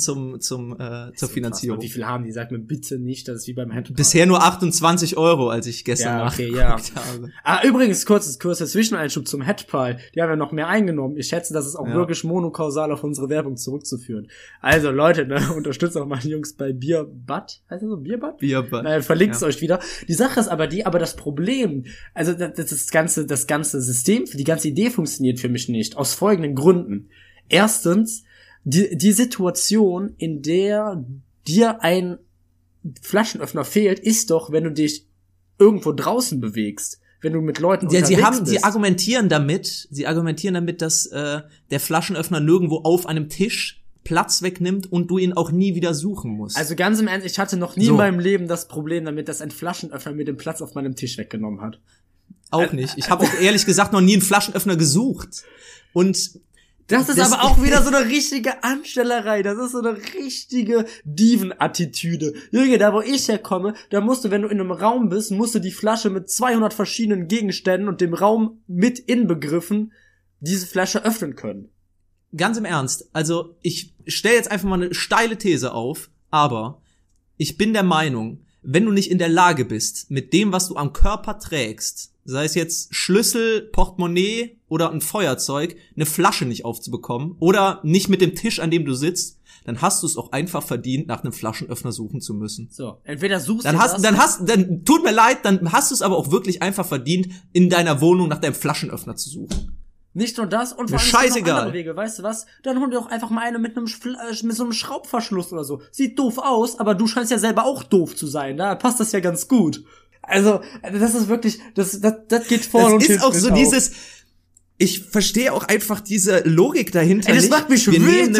zur Finanzierung. Wie viel haben die? Sag mir bitte nicht, dass es wie beim Handball. Bisher nur 28 €, als ich gestern nachgeguckt habe. Übrigens, kurzer Zwischeneinschub zum Hedgepal. Die haben ja noch mehr eingenommen. Ich schätze, das ist auch wirklich monokausal auf unsere Werbung zurückzuführen. Also Leute, ne, unterstützt auch mal die Jungs bei Bierbutt. Heißt das so? Bierbutt? Bierbutt. Verlinkt's euch wieder. Die Sache ist aber das Problem, also das ganze System, die ganze Idee funktioniert für mich nicht. Aus folgenden Gründen. Erstens, die Situation, in der dir ein Flaschenöffner fehlt, ist doch, wenn du dich irgendwo draußen bewegst, wenn du mit Leuten unterwegs bist. Sie argumentieren damit, dass der Flaschenöffner nirgendwo auf einem Tisch Platz wegnimmt und du ihn auch nie wieder suchen musst. Also ganz im Ernst, ich hatte noch nie in meinem Leben das Problem damit, dass ein Flaschenöffner mir den Platz auf meinem Tisch weggenommen hat. Auch nicht. Ich habe auch ehrlich gesagt noch nie einen Flaschenöffner gesucht. Und das ist aber auch wieder so eine richtige Anstellerei. Das ist so eine richtige Dieven-Attitüde. Junge, da wo ich herkomme, da musst du, wenn du in einem Raum bist, musst du die Flasche mit 200 verschiedenen Gegenständen und dem Raum mit inbegriffen diese Flasche öffnen können. Ganz im Ernst. Also ich stelle jetzt einfach mal eine steile These auf, aber ich bin der Meinung, wenn du nicht in der Lage bist, mit dem, was du am Körper trägst, sei es jetzt Schlüssel, Portemonnaie oder ein Feuerzeug, eine Flasche nicht aufzubekommen oder nicht mit dem Tisch, an dem du sitzt, dann hast du es auch einfach verdient, nach einem Flaschenöffner suchen zu müssen. So, entweder suchst du dann tut mir leid, dann hast du es aber auch wirklich einfach verdient, in deiner Wohnung nach deinem Flaschenöffner zu suchen. Nicht nur das, und vor allem noch andere Wege, weißt du was? Dann hol dir doch einfach mal eine mit so einem Schraubverschluss oder so. Sieht doof aus, aber du scheinst ja selber auch doof zu sein, da passt das ja ganz gut. Also, das ist wirklich, das geht vor und hinten. Das ist auch so dieses, ich verstehe auch einfach diese Logik dahinter nicht. Das macht mich wütend,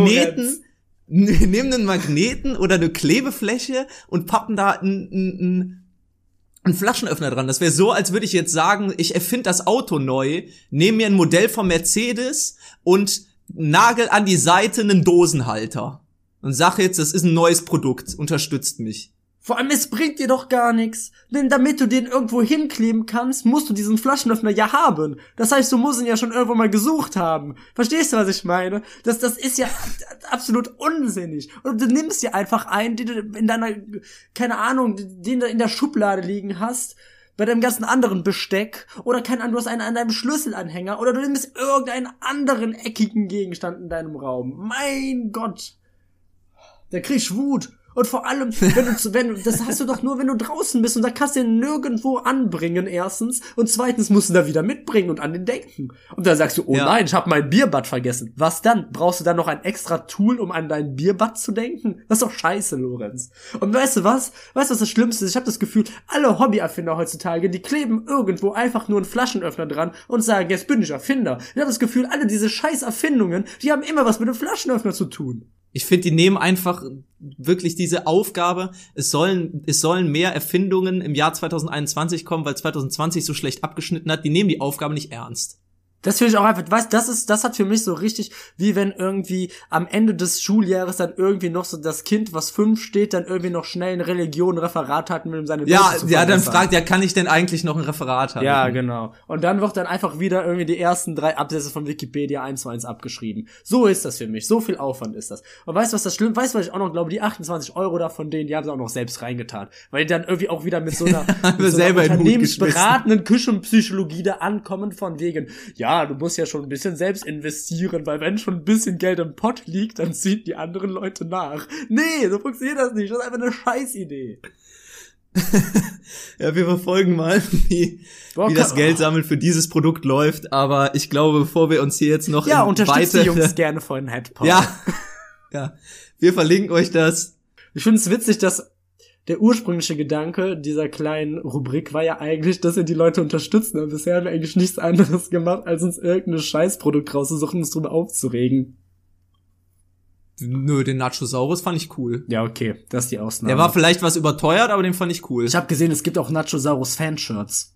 Wir nehmen einen Magneten oder eine Klebefläche und pappen da einen Flaschenöffner dran. Das wäre so, als würde ich jetzt sagen, ich erfinde das Auto neu, nehme mir ein Modell von Mercedes und nagel an die Seite einen Dosenhalter. Und sag jetzt, das ist ein neues Produkt, unterstützt mich. Vor allem, es bringt dir doch gar nichts. Denn damit du den irgendwo hinkleben kannst, musst du diesen Flaschenöffner ja haben. Das heißt, du musst ihn ja schon irgendwo mal gesucht haben. Verstehst du, was ich meine? Das ist ja absolut unsinnig. Und du nimmst dir einfach einen, den du in deiner, keine Ahnung, den du in der Schublade liegen hast, bei deinem ganzen anderen Besteck, oder keine Ahnung, du hast einen an deinem Schlüsselanhänger, oder du nimmst irgendeinen anderen eckigen Gegenstand in deinem Raum. Mein Gott. Da krieg ich Wut. Und vor allem, das hast du doch nur, wenn du draußen bist, und da kannst du den nirgendwo anbringen, erstens, und zweitens musst du da wieder mitbringen und an den denken. Und dann sagst du, nein, ich habe mein Bierbad vergessen. Was dann? Brauchst du dann noch ein extra Tool, um an dein Bierbad zu denken? Das ist doch scheiße, Lorenz. Und weißt du was? Weißt du, was das Schlimmste ist? Ich habe das Gefühl, alle Hobbyerfinder heutzutage, die kleben irgendwo einfach nur einen Flaschenöffner dran und sagen, jetzt bin ich Erfinder. Ich habe das Gefühl, alle diese scheiß Erfindungen, die haben immer was mit dem Flaschenöffner zu tun. Ich finde, die nehmen einfach wirklich diese Aufgabe, es sollen mehr Erfindungen im Jahr 2021 kommen, weil 2020 so schlecht abgeschnitten hat, die nehmen die Aufgabe nicht ernst. Das finde ich auch einfach, weißt, das hat für mich so richtig, wie wenn irgendwie am Ende des Schuljahres dann irgendwie noch so das Kind, was 5 steht, dann irgendwie noch schnell in Religion ein Referat hat, um seine Noten zu dann fragt, kann ich denn eigentlich noch ein Referat haben? Ja, genau. Und dann wird dann einfach wieder irgendwie die ersten 3 Absätze von Wikipedia 1:1 abgeschrieben. So ist das für mich. So viel Aufwand ist das. Und weißt du, was das schlimm, weißt du, was ich auch noch glaube, die 28 € da von denen, die haben sie auch noch selbst reingetan. Weil die dann irgendwie auch wieder mit so einer, unternehmensberatenden Küchenpsychologie da ankommen von wegen, ja, du musst ja schon ein bisschen selbst investieren, weil wenn schon ein bisschen Geld im Pott liegt, dann ziehen die anderen Leute nach. Nee, so funktioniert das nicht. Das ist einfach eine Scheißidee. Ja, wir verfolgen mal, wie das Geldsammeln für dieses Produkt läuft, aber ich glaube, bevor wir uns hier jetzt noch unterstützt die Jungs gerne von Headpod. Ja, wir verlinken euch das. Ich finde es witzig, dass der ursprüngliche Gedanke dieser kleinen Rubrik war ja eigentlich, dass wir die Leute unterstützen. Aber bisher haben wir eigentlich nichts anderes gemacht, als uns irgendein Scheißprodukt rauszusuchen und uns drüber aufzuregen. Nö, den Nachosaurus fand ich cool. Ja, okay, das ist die Ausnahme. Der war vielleicht was überteuert, aber den fand ich cool. Ich habe gesehen, es gibt auch Nachosaurus-Fanshirts.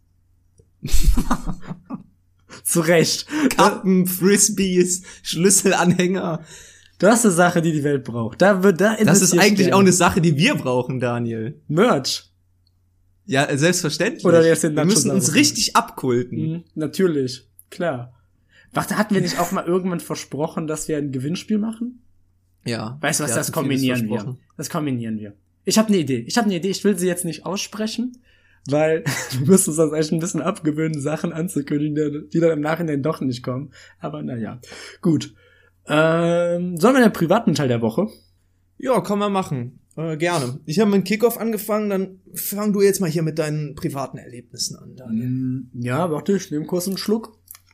Zu Recht. Kappen, Frisbees, Schlüsselanhänger. Das ist eine Sache, die die Welt braucht. Da Das ist eigentlich auch eine Sache, die wir brauchen, Daniel. Merch. Ja, selbstverständlich. Oder jetzt den wir müssen Nachos uns richtig abkulten. Natürlich, klar. Warte, hatten wir nicht auch mal irgendwann versprochen, dass wir ein Gewinnspiel machen? Ja. Weißt du was, der das hat vieles kombinieren wir. versprochen. Das kombinieren wir. Ich habe eine Idee. Ich will sie jetzt nicht aussprechen, weil wir müssen uns das echt ein bisschen abgewöhnen, Sachen anzukündigen, die dann im Nachhinein doch nicht kommen. Aber naja, gut. Sollen wir den privaten Teil der Woche? Ja, kann man machen. Gerne. Ich habe mit dem Kickoff angefangen, dann fang du jetzt mal hier mit deinen privaten Erlebnissen an, Daniel. Ja, warte, ich nehme kurz einen Schluck.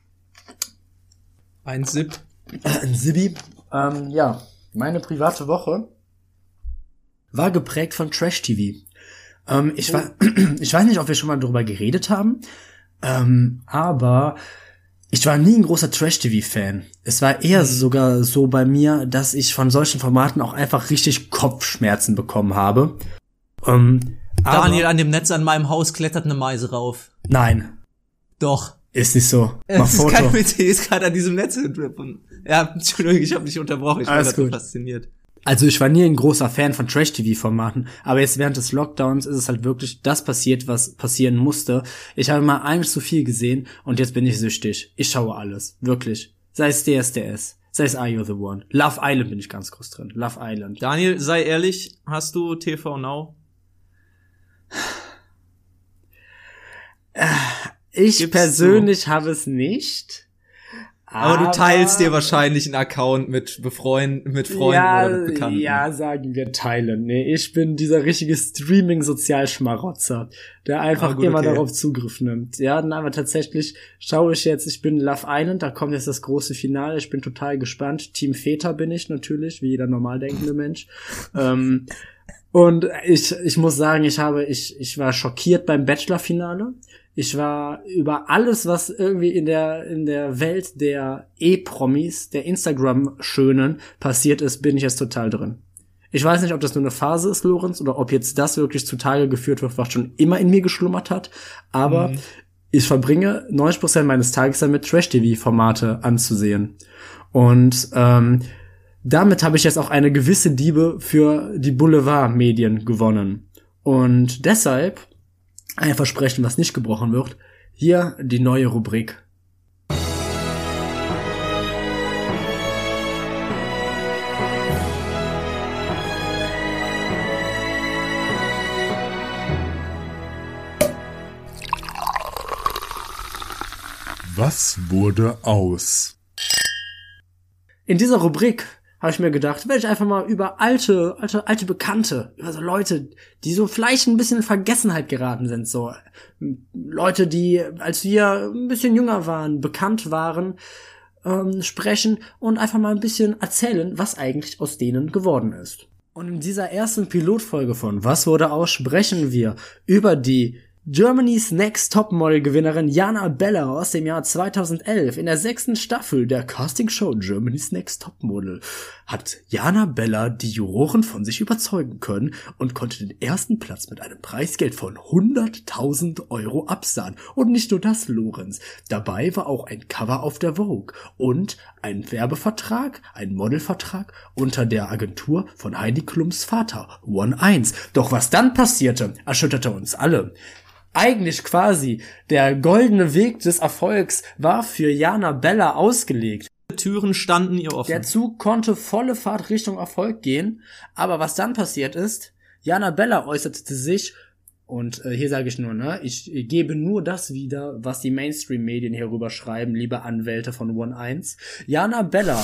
Ein Sip. Ein Sibi. Ja, meine private Woche war geprägt von Trash-TV. Ich weiß nicht, ob wir schon mal darüber geredet haben, aber ich war nie ein großer Trash-TV-Fan. Es war eher sogar so bei mir, dass ich von solchen Formaten auch einfach richtig Kopfschmerzen bekommen habe. Daniel, an dem Netz an meinem Haus klettert eine Meise rauf. Nein, Doch. ist nicht so. Mach Es ist Foto. kein Witz, die ist gerade an diesem Netz gedrippen. Ja, Entschuldigung, ich habe dich unterbrochen. Ich war Alles gerade so gut. fasziniert. Also ich war nie ein großer Fan von Trash-TV-Formaten, aber jetzt während des Lockdowns ist es halt wirklich das passiert, was passieren musste. Ich habe mal eins zu viel gesehen und jetzt bin ich süchtig. Ich schaue alles, wirklich. Sei es DSDS, sei es Are You The One. Love Island bin ich ganz groß drin. Love Island. Daniel, sei ehrlich, hast du TV Now? Ich Gib's persönlich habe es nicht. Aber du teilst dir wahrscheinlich einen Account mit Freunden oder mit Bekannten. Ja, sagen wir teilen. Nee, ich bin dieser richtige Streaming-Sozialschmarotzer, der einfach gut, immer okay. darauf Zugriff nimmt. Ja, dann aber tatsächlich schaue ich jetzt, ich bin Love Island, da kommt jetzt das große Finale, ich bin total gespannt. Team Väter bin ich natürlich, wie jeder normal denkende Mensch. Und ich muss sagen, ich war schockiert beim Bachelor-Finale. Ich war über alles, was irgendwie in der Welt der E-Promis, der Instagram-Schönen passiert ist, bin ich jetzt total drin. Ich weiß nicht, ob das nur eine Phase ist, Lorenz, oder ob jetzt das wirklich zutage geführt wird, was schon immer in mir geschlummert hat. Aber ich verbringe 90% meines Tages damit, Trash-TV-Formate anzusehen. Und damit habe ich jetzt auch eine gewisse Liebe für die Boulevardmedien gewonnen. Und deshalb ein Versprechen, was nicht gebrochen wird. Hier die neue Rubrik. Was wurde aus? In dieser Rubrik habe ich mir gedacht, werde ich einfach mal über alte Bekannte, über so Leute, die so vielleicht ein bisschen in Vergessenheit geraten sind, so Leute, die, als wir ein bisschen jünger waren, bekannt waren, sprechen und einfach mal ein bisschen erzählen, was eigentlich aus denen geworden ist. Und in dieser ersten Pilotfolge von Was wurde aus sprechen wir über die Germany's Next Topmodel-Gewinnerin Jana Bella aus dem Jahr 2011. In der 6. Staffel der Castingshow Germany's Next Topmodel hat Jana Bella die Juroren von sich überzeugen können und konnte den ersten Platz mit einem Preisgeld von 100.000 Euro absahen. Und nicht nur das, Lorenz. Dabei war auch ein Cover auf der Vogue und ein Werbevertrag, ein Modelvertrag unter der Agentur von Heidi Klums Vater, One1. Doch was dann passierte, erschütterte uns alle. Eigentlich quasi der goldene Weg des Erfolgs war für Jana Bella ausgelegt. Türen standen ihr offen. Der Zug konnte volle Fahrt Richtung Erfolg gehen, aber was dann passiert ist, Jana Bella äußerte sich, und hier sage ich nur, ne, ich gebe nur das wieder, was die Mainstream-Medien hierüber schreiben, liebe Anwälte von One1. Jana Bella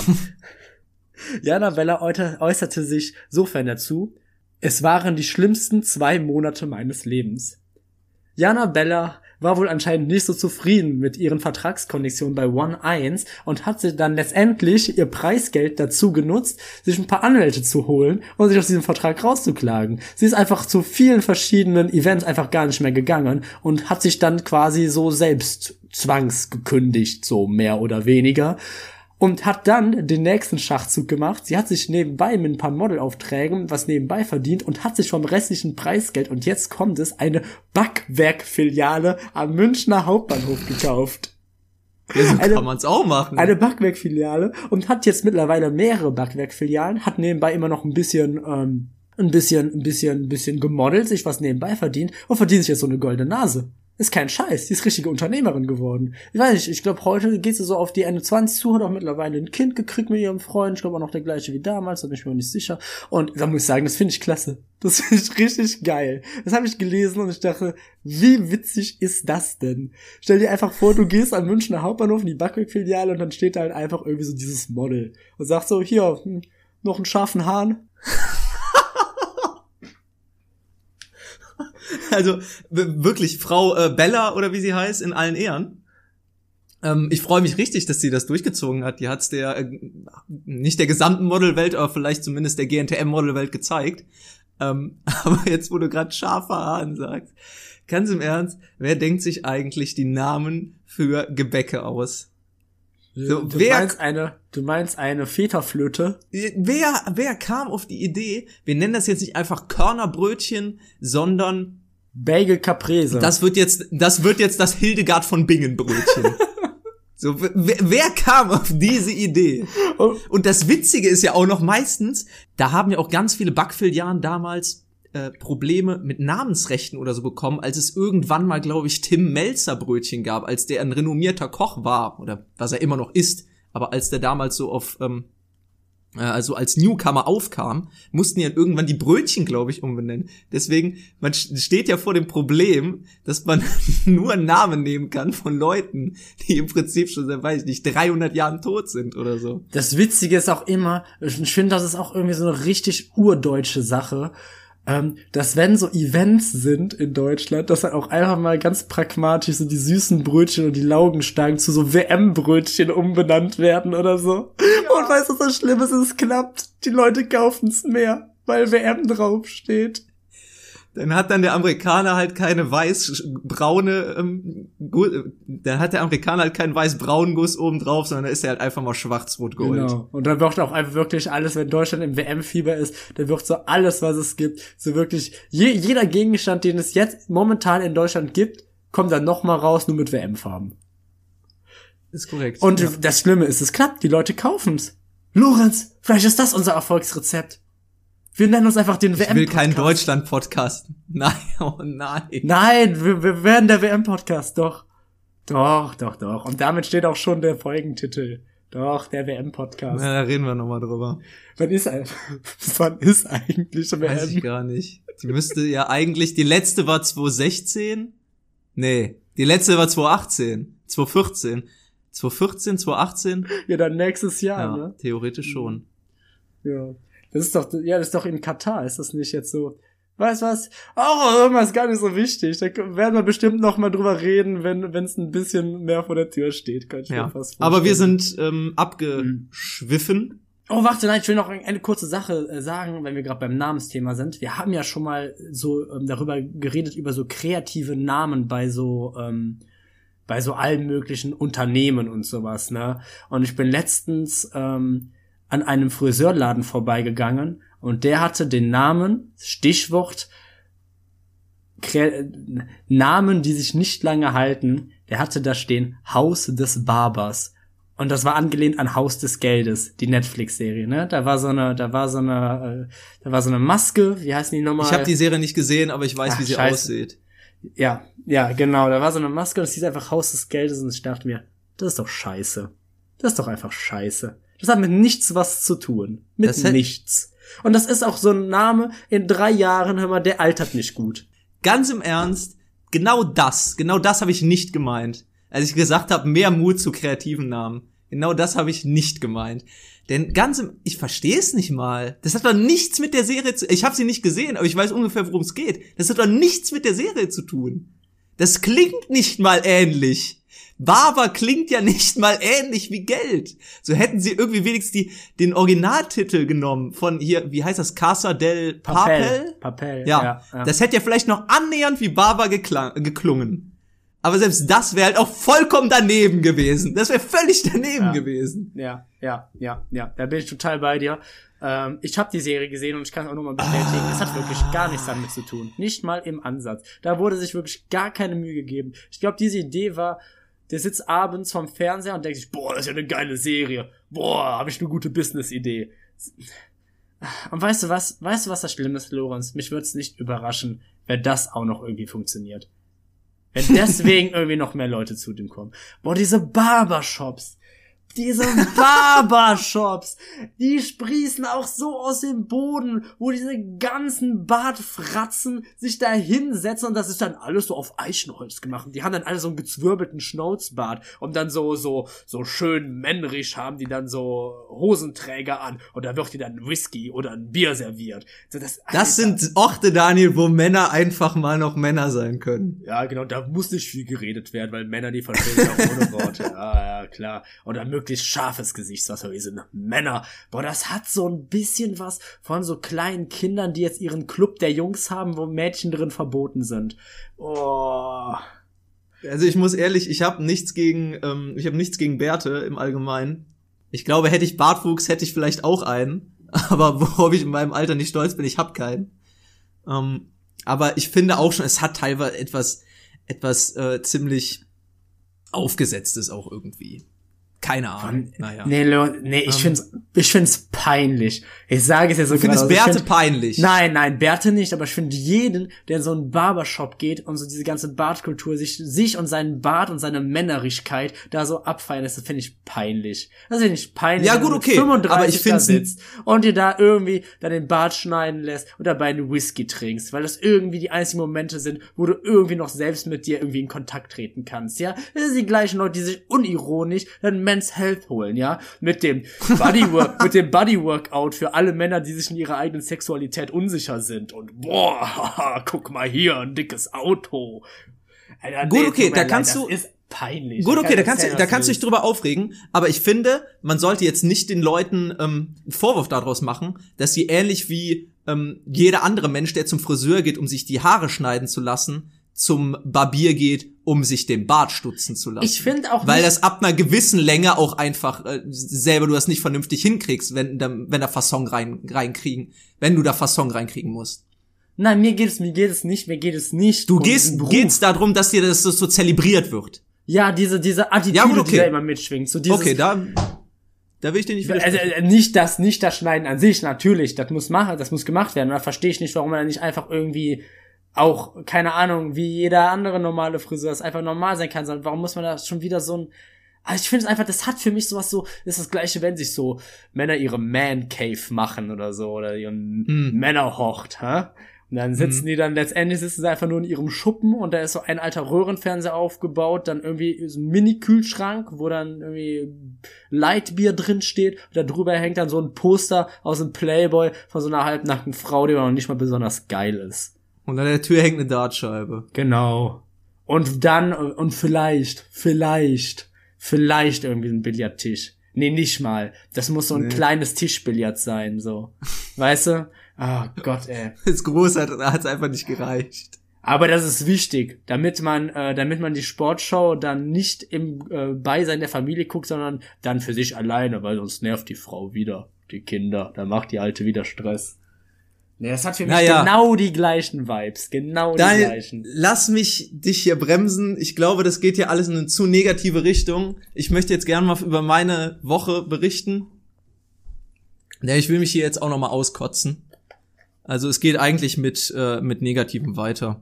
äußerte sich sofern dazu, es waren die schlimmsten 2 Monate meines Lebens. Jana Bella war wohl anscheinend nicht so zufrieden mit ihren Vertragskonditionen bei One1 und hat sich dann letztendlich ihr Preisgeld dazu genutzt, sich ein paar Anwälte zu holen und sich aus diesem Vertrag rauszuklagen. Sie ist einfach zu vielen verschiedenen Events einfach gar nicht mehr gegangen und hat sich dann quasi so selbst zwangsgekündigt, so mehr oder weniger. Und hat dann den nächsten Schachzug gemacht. Sie hat sich nebenbei mit ein paar Modelaufträgen was nebenbei verdient und hat sich vom restlichen Preisgeld, und jetzt kommt es, eine Backwerkfiliale am Münchner Hauptbahnhof gekauft. Ja, so kann man's auch machen. Eine Backwerkfiliale und hat jetzt mittlerweile mehrere Backwerkfilialen, hat nebenbei immer noch ein bisschen gemodelt, sich was nebenbei verdient und verdient sich jetzt so eine goldene Nase. Ist kein Scheiß, die ist richtige Unternehmerin geworden. Ich weiß nicht, ich glaube, heute geht sie so auf die Ende 20 zu, hat auch mittlerweile ein Kind gekriegt mit ihrem Freund. Ich glaube auch noch der gleiche wie damals, da bin ich mir auch nicht sicher. Und da muss ich sagen, das finde ich klasse. Das finde ich richtig geil. Das habe ich gelesen und ich dachte, wie witzig ist das denn? Stell dir einfach vor, du gehst am Münchner Hauptbahnhof in die Backwerkfiliale und dann steht da halt einfach irgendwie so dieses Model und sagt so, hier, noch einen scharfen Hahn. Also wirklich, Frau Bella oder wie sie heißt, in allen Ehren. Ich freue mich richtig, dass sie das durchgezogen hat. Die hat's nicht der gesamten Modelwelt, aber vielleicht zumindest der GNTM-Modelwelt gezeigt. Aber jetzt, wo du gerade scharfer Hahn sagst, ganz im Ernst, wer denkt sich eigentlich die Namen für Gebäcke aus? So, Du meinst eine Feta-Flöte? Wer kam auf die Idee, wir nennen das jetzt nicht einfach Körnerbrötchen, sondern Bagel Caprese. das wird jetzt das Hildegard von Bingen Brötchen. So, wer kam auf diese Idee? Und das Witzige ist ja auch noch meistens, da haben ja auch ganz viele Backfilialen damals Probleme mit Namensrechten oder so bekommen, als es irgendwann mal, glaube ich, Tim Melzer Brötchen gab, als der ein renommierter Koch war, oder was er immer noch ist, aber als der damals so also als Newcomer aufkam, mussten die dann irgendwann die Brötchen, glaube ich, umbenennen. Deswegen, man steht ja vor dem Problem, dass man nur einen Namen nehmen kann von Leuten, die im Prinzip schon, weiß ich nicht, 300 Jahren tot sind oder so. Das Witzige ist auch immer, ich finde, das ist auch irgendwie so eine richtig urdeutsche Sache, dass wenn so Events sind in Deutschland, dass dann auch einfach mal ganz pragmatisch so die süßen Brötchen und die Laugenstangen zu so WM-Brötchen umbenannt werden oder so. Ja. Und weißt du, was das Schlimme ist? Es klappt. Die Leute kaufen's mehr, weil WM draufsteht. Dann hat dann der Amerikaner halt keine weiß-braune, dann hat der Amerikaner halt keinen weiß-braunen Guss oben drauf, sondern dann ist er halt einfach mal schwarz-rot-gold. Genau. Und dann wird auch einfach wirklich alles, wenn Deutschland im WM-Fieber ist, dann wird so alles, was es gibt, so wirklich, jeder Gegenstand, den es jetzt momentan in Deutschland gibt, kommt dann nochmal raus, nur mit WM-Farben. Ist korrekt. Und ja. Das Schlimme ist, es klappt, die Leute kaufen's. Lorenz, vielleicht ist das unser Erfolgsrezept. Wir nennen uns einfach den WM-Podcast. Ich will keinen Deutschland-Podcast. Nein, oh nein. Nein, wir werden der WM-Podcast, doch. Doch. Und damit steht auch schon der Folgentitel. Doch, der WM-Podcast. Ja, da reden wir nochmal drüber. Wann ist eigentlich WM? Weiß ich gar nicht. Die müsste ja eigentlich, die letzte war 2016? Nee, die letzte war 2018. 2014. 2014, 2018? Ja, dann nächstes Jahr, ja, ne? Theoretisch schon. Ja. Das ist doch in Katar, ist das nicht jetzt so? Weißt was? Oh, irgendwas gar nicht so wichtig. Da werden wir bestimmt noch mal drüber reden, wenn es ein bisschen mehr vor der Tür steht. Kann ich mir fast vorstellen. Aber wir sind abgeschwiffen. Oh, warte, nein, ich will noch eine kurze Sache sagen, wenn wir gerade beim Namensthema sind. Wir haben ja schon mal so darüber geredet, über so kreative Namen bei so allen möglichen Unternehmen und sowas, ne? Und ich bin letztens an einem Friseurladen vorbeigegangen und der hatte den Namen, Stichwort, Namen, die sich nicht lange halten, der hatte da stehen Haus des Barbers. Und das war angelehnt an Haus des Geldes, die Netflix-Serie, ne? Da war so eine Maske, wie heißen die nochmal? Ich habe die Serie nicht gesehen, aber ich weiß, wie sie aussieht. Ja, genau, da war so eine Maske und es hieß einfach Haus des Geldes und ich dachte mir, das ist doch scheiße. Das ist doch einfach scheiße. Das hat mit nichts was zu tun. Mit nichts. Und das ist auch so ein Name, in 3 Jahren, hör mal, der altert nicht gut. Ganz im Ernst, genau das habe ich nicht gemeint. Als ich gesagt habe, mehr Mut zu kreativen Namen. Genau das habe ich nicht gemeint. Denn ich verstehe es nicht mal. Das hat doch nichts mit der Serie ich habe sie nicht gesehen, aber ich weiß ungefähr, worum es geht. Das hat doch nichts mit der Serie zu tun. Das klingt nicht mal ähnlich. Barber klingt ja nicht mal ähnlich wie Geld. So hätten sie irgendwie wenigstens den Originaltitel genommen von hier, wie heißt das, Casa del Papel? Papel, ja. Das hätte ja vielleicht noch annähernd wie Barber geklungen. Aber selbst das wäre halt auch vollkommen daneben gewesen. Das wäre völlig daneben gewesen. Ja. Da bin ich total bei dir. Ich habe die Serie gesehen und ich kann es auch nochmal bestätigen. Es hat wirklich gar nichts damit zu tun. Nicht mal im Ansatz. Da wurde sich wirklich gar keine Mühe gegeben. Ich glaube, diese Idee war der sitzt abends vorm Fernseher und denkt sich, boah, das ist ja eine geile Serie. Boah, habe ich eine gute Business-Idee. Und weißt du was das Schlimme ist, Lorenz? Mich würde es nicht überraschen, wenn das auch noch irgendwie funktioniert. Wenn deswegen irgendwie noch mehr Leute zu dem kommen. Boah, diese Barbershops, die sprießen auch so aus dem Boden, wo diese ganzen Bartfratzen sich da hinsetzen und das ist dann alles so auf Eichenholz gemacht. Die haben dann alle so einen gezwirbelten Schnauzbart und dann so schön männerisch haben die dann so Hosenträger an und da wird die dann Whisky oder ein Bier serviert. So, das sind Orte, Daniel, wo Männer einfach mal noch Männer sein können. Ja, genau, da muss nicht viel geredet werden, weil Männer, die verstehen sich auch ohne Worte. Ja, klar. Und dann möglichst scharfes Gesichtswasser, wir sind Männer. Boah, das hat so ein bisschen was von so kleinen Kindern, die jetzt ihren Club der Jungs haben, wo Mädchen drin verboten sind. Oh. Also ich muss ehrlich, ich habe nichts gegen Bärte im Allgemeinen. Ich glaube, hätte ich Bartwuchs, hätte ich vielleicht auch einen. Aber worauf ich in meinem Alter nicht stolz bin, ich habe keinen. Aber ich finde auch schon, es hat teilweise etwas ziemlich Aufgesetztes auch irgendwie. Keine Ahnung. Naja. Nee, ich find's peinlich. Ich sage es ja so genau. Du findest Bärte peinlich? Nein, Bärte nicht, aber ich finde jeden, der in so einen Barbershop geht und so diese ganze Bartkultur sich und seinen Bart und seine Männerigkeit da so abfeiern, das finde ich peinlich. Das finde ich peinlich. Ja, gut, okay. 35 aber ich da sitzt und dir da irgendwie dann den Bart schneiden lässt und dabei einen Whisky trinkst, weil das irgendwie die einzigen Momente sind, wo du irgendwie noch selbst mit dir irgendwie in Kontakt treten kannst, ja? Das sind die gleichen Leute, die sich unironisch dann Men's Health holen, ja, mit dem Bodyworkout für alle Männer, die sich in ihrer eigenen Sexualität unsicher sind und boah, guck mal hier, ein dickes Auto. Alter, gut, okay, da kannst das du ist peinlich. Gut, okay, da kannst du dich drüber aufregen, aber ich finde, man sollte jetzt nicht den Leuten einen Vorwurf daraus machen, dass sie ähnlich wie jeder andere Mensch, der zum Friseur geht, um sich die Haare schneiden zu lassen, zum Barbier geht, um sich den Bart stutzen zu lassen. Ich finde auch weil das ab einer gewissen Länge auch einfach selber du das nicht vernünftig hinkriegst, wenn du da Fasson reinkriegen musst. Nein, mir geht es nicht. Du geht's darum, dass dir das so zelebriert wird. Ja, diese Attitüde, ja, gut, okay. Die da immer mitschwingt. So dieses, okay, da will ich dir nicht widersprechen. Also nicht das Schneiden an sich, natürlich, das muss gemacht werden. Da verstehe ich nicht, warum man da nicht einfach irgendwie auch, keine Ahnung, wie jeder andere normale Friseur es einfach normal sein kann, sondern warum muss man da schon wieder so ein, also ich finde es einfach, das hat für mich sowas so, das ist das Gleiche, wenn sich so Männer ihre Man-Cave machen oder so, oder ihren Männerhort, hä? Und dann letztendlich sitzen sie einfach nur in ihrem Schuppen und da ist so ein alter Röhrenfernseher aufgebaut, dann irgendwie so ein Mini-Kühlschrank, wo dann irgendwie Lightbier drin steht und da drüber hängt dann so ein Poster aus dem Playboy von so einer halbnackten Frau, die aber noch nicht mal besonders geil ist. Und an der Tür hängt eine Dartscheibe. Genau. Und dann, und vielleicht irgendwie ein Billardtisch. Nee, nicht mal. Das muss so ein kleines Tischbillard sein, so. Weißt du? Oh Gott, ey. Das Große hat's einfach nicht gereicht. Aber das ist wichtig, damit man die Sportschau dann nicht im Beisein der Familie guckt, sondern dann für sich alleine, weil sonst nervt die Frau wieder, die Kinder. Dann macht die Alte wieder Stress. Nee, das hat für mich genau die gleichen Vibes. Genau die gleichen. Lass mich dich hier bremsen. Ich glaube, das geht hier alles in eine zu negative Richtung. Ich möchte jetzt gerne mal über meine Woche berichten. Ja, ich will mich hier jetzt auch noch mal auskotzen. Also es geht eigentlich mit Negativem weiter.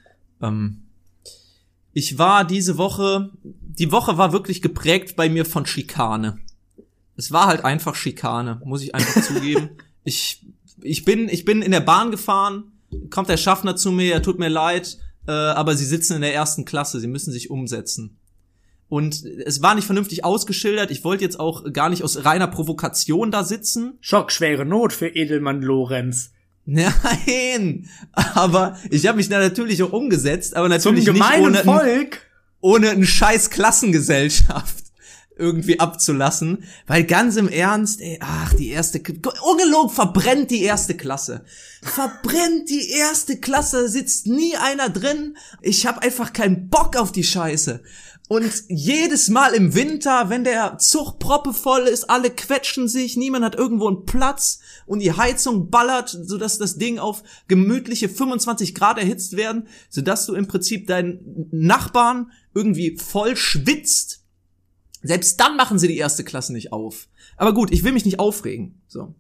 Ich war die Woche war wirklich geprägt bei mir von Schikane. Es war halt einfach Schikane, muss ich einfach zugeben. Ich bin in der Bahn gefahren, kommt der Schaffner zu mir, er tut mir leid, aber Sie sitzen in der 1. Klasse, Sie müssen sich umsetzen. Und es war nicht vernünftig ausgeschildert, ich wollte jetzt auch gar nicht aus reiner Provokation da sitzen. Schockschwere Not für Edelmann Lorenz. Nein, aber ich habe mich da natürlich auch umgesetzt, aber natürlich zum gemeinen nicht Volk. Ohne eine scheiß Klassengesellschaft. irgendwie abzulassen, weil ganz im Ernst, ey, ungelogen, verbrennt die erste Klasse. Verbrennt die erste Klasse, sitzt nie einer drin. Ich hab einfach keinen Bock auf die Scheiße. Und jedes Mal im Winter, wenn der Zug proppevoll ist, alle quetschen sich, niemand hat irgendwo einen Platz und die Heizung ballert, sodass das Ding auf gemütliche 25 Grad erhitzt werden, sodass du im Prinzip deinen Nachbarn irgendwie voll schwitzt. Selbst dann machen sie die erste Klasse nicht auf. Aber gut, ich will mich nicht aufregen.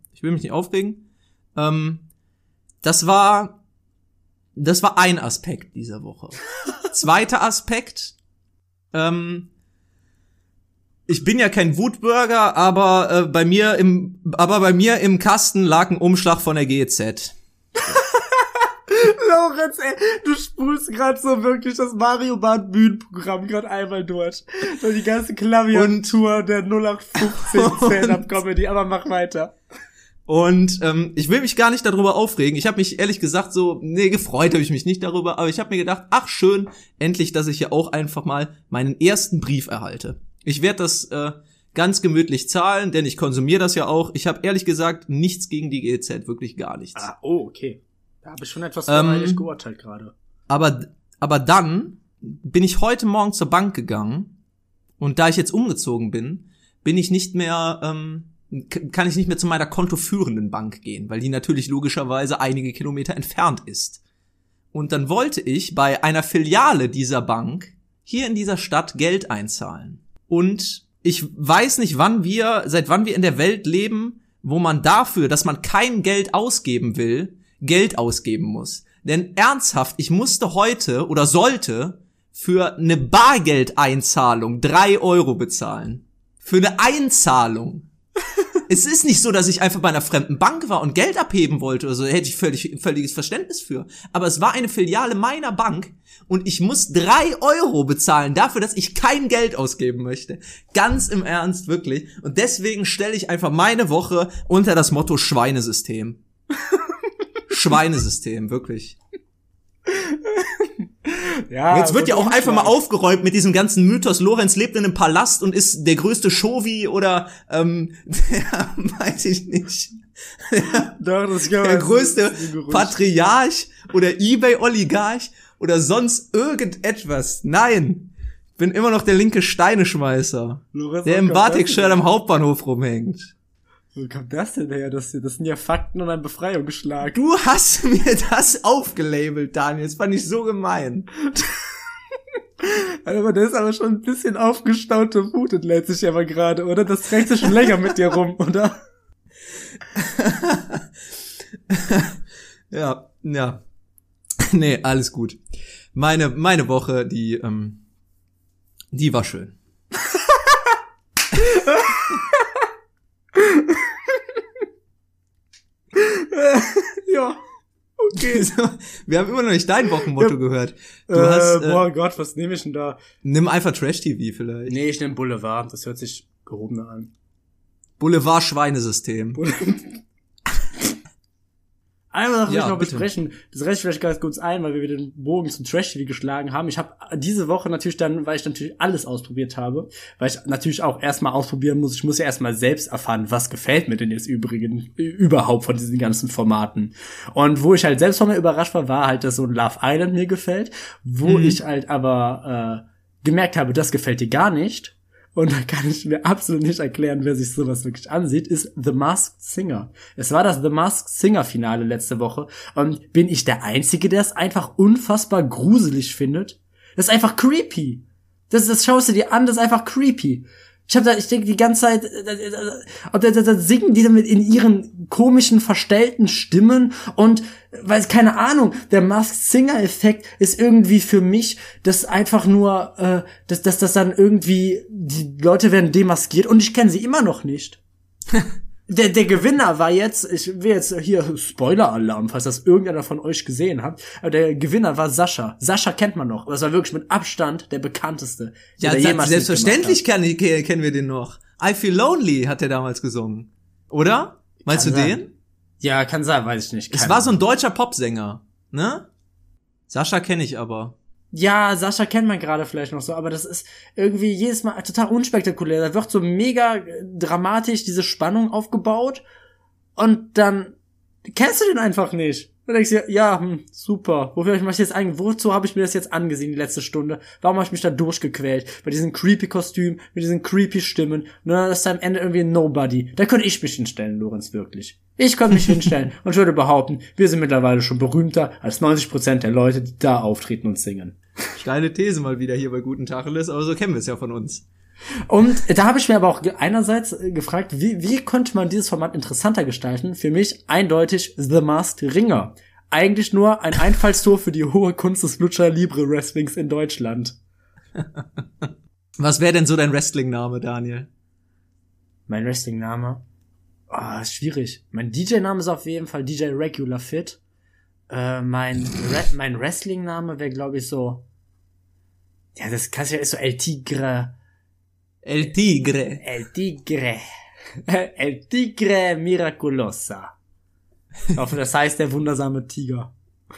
Das war ein Aspekt dieser Woche. Zweiter Aspekt. Ich bin ja kein Wutbürger, aber bei mir im Kasten lag ein Umschlag von der GEZ. Lorenz, ey, du spulst gerade so wirklich das Mario Bart Bühnenprogramm gerade einmal durch. So die ganze Klaviatur der 0815 Stand-Up-Comedy, aber mach weiter. Und ich will mich gar nicht darüber aufregen. Ich habe mich ehrlich gesagt gefreut habe ich mich nicht darüber, aber ich habe mir gedacht, ach schön, endlich, dass ich ja auch einfach mal meinen ersten Brief erhalte. Ich werde das ganz gemütlich zahlen, denn ich konsumiere das ja auch. Ich habe ehrlich gesagt nichts gegen die GEZ, wirklich gar nichts. Okay. Da habe ich schon etwas voreilig geurteilt gerade. Aber dann bin ich heute Morgen zur Bank gegangen und da ich jetzt umgezogen bin, kann ich nicht mehr zu meiner kontoführenden Bank gehen, weil die natürlich logischerweise einige Kilometer entfernt ist. Und dann wollte ich bei einer Filiale dieser Bank hier in dieser Stadt Geld einzahlen. Und ich weiß nicht, seit wann wir in der Welt leben, wo man dafür, dass man kein Geld ausgeben will, Geld ausgeben muss. Denn ernsthaft, ich musste heute oder sollte für eine Bargeldeinzahlung 3 Euro bezahlen. Für eine Einzahlung. Es ist nicht so, dass ich einfach bei einer fremden Bank war und Geld abheben wollte oder so, da hätte ich völliges Verständnis für. Aber es war eine Filiale meiner Bank und ich muss 3 Euro bezahlen dafür, dass ich kein Geld ausgeben möchte. Ganz im Ernst, wirklich. Und deswegen stelle ich einfach meine Woche unter das Motto Schweinesystem. Schweinesystem, wirklich. Ja, jetzt wird ja auch einfach mal aufgeräumt mit diesem ganzen Mythos, Lorenz lebt in einem Palast und ist der größte Chauvi oder weiß ich nicht. Der größte Patriarch oder Ebay-Oligarch oder sonst irgendetwas. Nein, ich bin immer noch der linke Steineschmeißer, der im Batik-Shirt am Hauptbahnhof rumhängt. Wo kommt das denn her? Das sind ja Fakten und ein Befreiungsschlag. Du hast mir das aufgelabelt, Daniel. Das fand ich so gemein. Aber das ist aber schon ein bisschen aufgestaute Wut, entlädt sich aber gerade, oder? Das trägt sich schon länger mit dir rum, oder? Ja. Nee, alles gut. Meine Woche, die war schön. Ja, okay. Wir haben immer noch nicht dein Wochenmotto gehört. Du hast, boah Gott, was nehme ich denn da? Nimm einfach Trash-TV vielleicht. Nee, ich nehme Boulevard, das hört sich gehobener an. Boulevard-Schweinesystem. Einmal will ich noch besprechen, das reicht vielleicht ganz kurz ein, weil wir den Bogen zum Trash-TV geschlagen haben. Ich habe diese Woche natürlich dann, weil ich natürlich alles ausprobiert habe, weil ich natürlich auch erstmal ausprobieren muss, ich muss ja erstmal selbst erfahren, was gefällt mir denn jetzt überhaupt von diesen ganzen Formaten. Und wo ich halt selbst von mir überrascht war halt, dass so ein Love Island mir gefällt, wo ich halt aber gemerkt habe, das gefällt dir gar nicht. Und da kann ich mir absolut nicht erklären, wer sich sowas wirklich ansieht, ist The Masked Singer. Es war das The Masked Singer Finale letzte Woche. Und bin ich der Einzige, der es einfach unfassbar gruselig findet? Das ist einfach creepy. Das schaust du dir an, das ist einfach creepy. Ich denke die ganze Zeit, da singen die damit in ihren komischen, verstellten Stimmen und, weiß keine Ahnung, der Masked Singer Effekt ist irgendwie für mich, das einfach nur, dass das dann irgendwie, die Leute werden demaskiert und ich kenne sie immer noch nicht. Der Gewinner war jetzt, ich will jetzt hier Spoiler-Alarm, falls das irgendeiner von euch gesehen hat, aber der Gewinner war Sascha. Sascha kennt man noch. Das war wirklich mit Abstand der bekannteste. Ja, selbstverständlich kennen wir den noch. I Feel Lonely hat der damals gesungen. Oder? Meinst du den? Ja, kann sein, weiß ich nicht. Es war so ein deutscher Popsänger, ne? Sascha kenne ich aber. Ja, Sascha kennt man gerade vielleicht noch so, aber das ist irgendwie jedes Mal total unspektakulär. Da wird so mega dramatisch diese Spannung aufgebaut und dann kennst du den einfach nicht. Du denkst dir, ja, super. Wozu habe ich mir das jetzt angesehen, die letzte Stunde? Warum habe ich mich da durchgequält? Bei diesen creepy Kostümen, mit diesen creepy Stimmen. Und dann ist da am Ende irgendwie ein Nobody. Da könnte ich mich hinstellen, Lorenz, wirklich. Ich könnte mich hinstellen und würde behaupten, wir sind mittlerweile schon berühmter als 90% der Leute, die da auftreten und singen. Steile These mal wieder hier bei Guten Tacheles, aber so kennen wir es ja von uns. Und da habe ich mir aber auch einerseits gefragt, wie könnte man dieses Format interessanter gestalten? Für mich eindeutig The Masked Ringer. Eigentlich nur ein Einfallstor für die hohe Kunst des Lucha Libre Wrestlings in Deutschland. Was wäre denn so dein Wrestling-Name, Daniel? Mein Wrestling-Name? Ist schwierig. Mein DJ-Name ist auf jeden Fall DJ Regular Fit. Mein Wrestling-Name wäre, glaube ich, so... Ja, das kannst du ja, ist so El Tigre. El Tigre. El Tigre. El Tigre Miraculosa. Ich hoffe, das heißt der wundersame Tiger.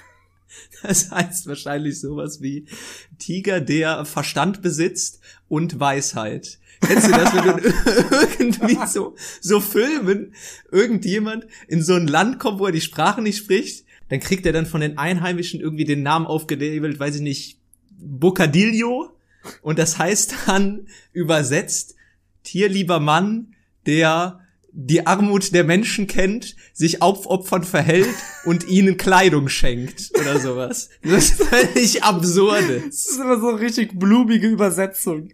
Das heißt wahrscheinlich sowas wie Tiger, der Verstand besitzt und Weisheit. Kennst du das, wenn du irgendwie so Filmen, irgendjemand in so ein Land kommt, wo er die Sprache nicht spricht, dann kriegt er dann von den Einheimischen irgendwie den Namen aufgelabelt, weiß ich nicht, Bocadillo. Und das heißt dann übersetzt, tierlieber Mann, der die Armut der Menschen kennt, sich aufopfernd verhält und ihnen Kleidung schenkt oder sowas. Das ist völlig absurdes. Das ist immer so richtig blumige Übersetzung.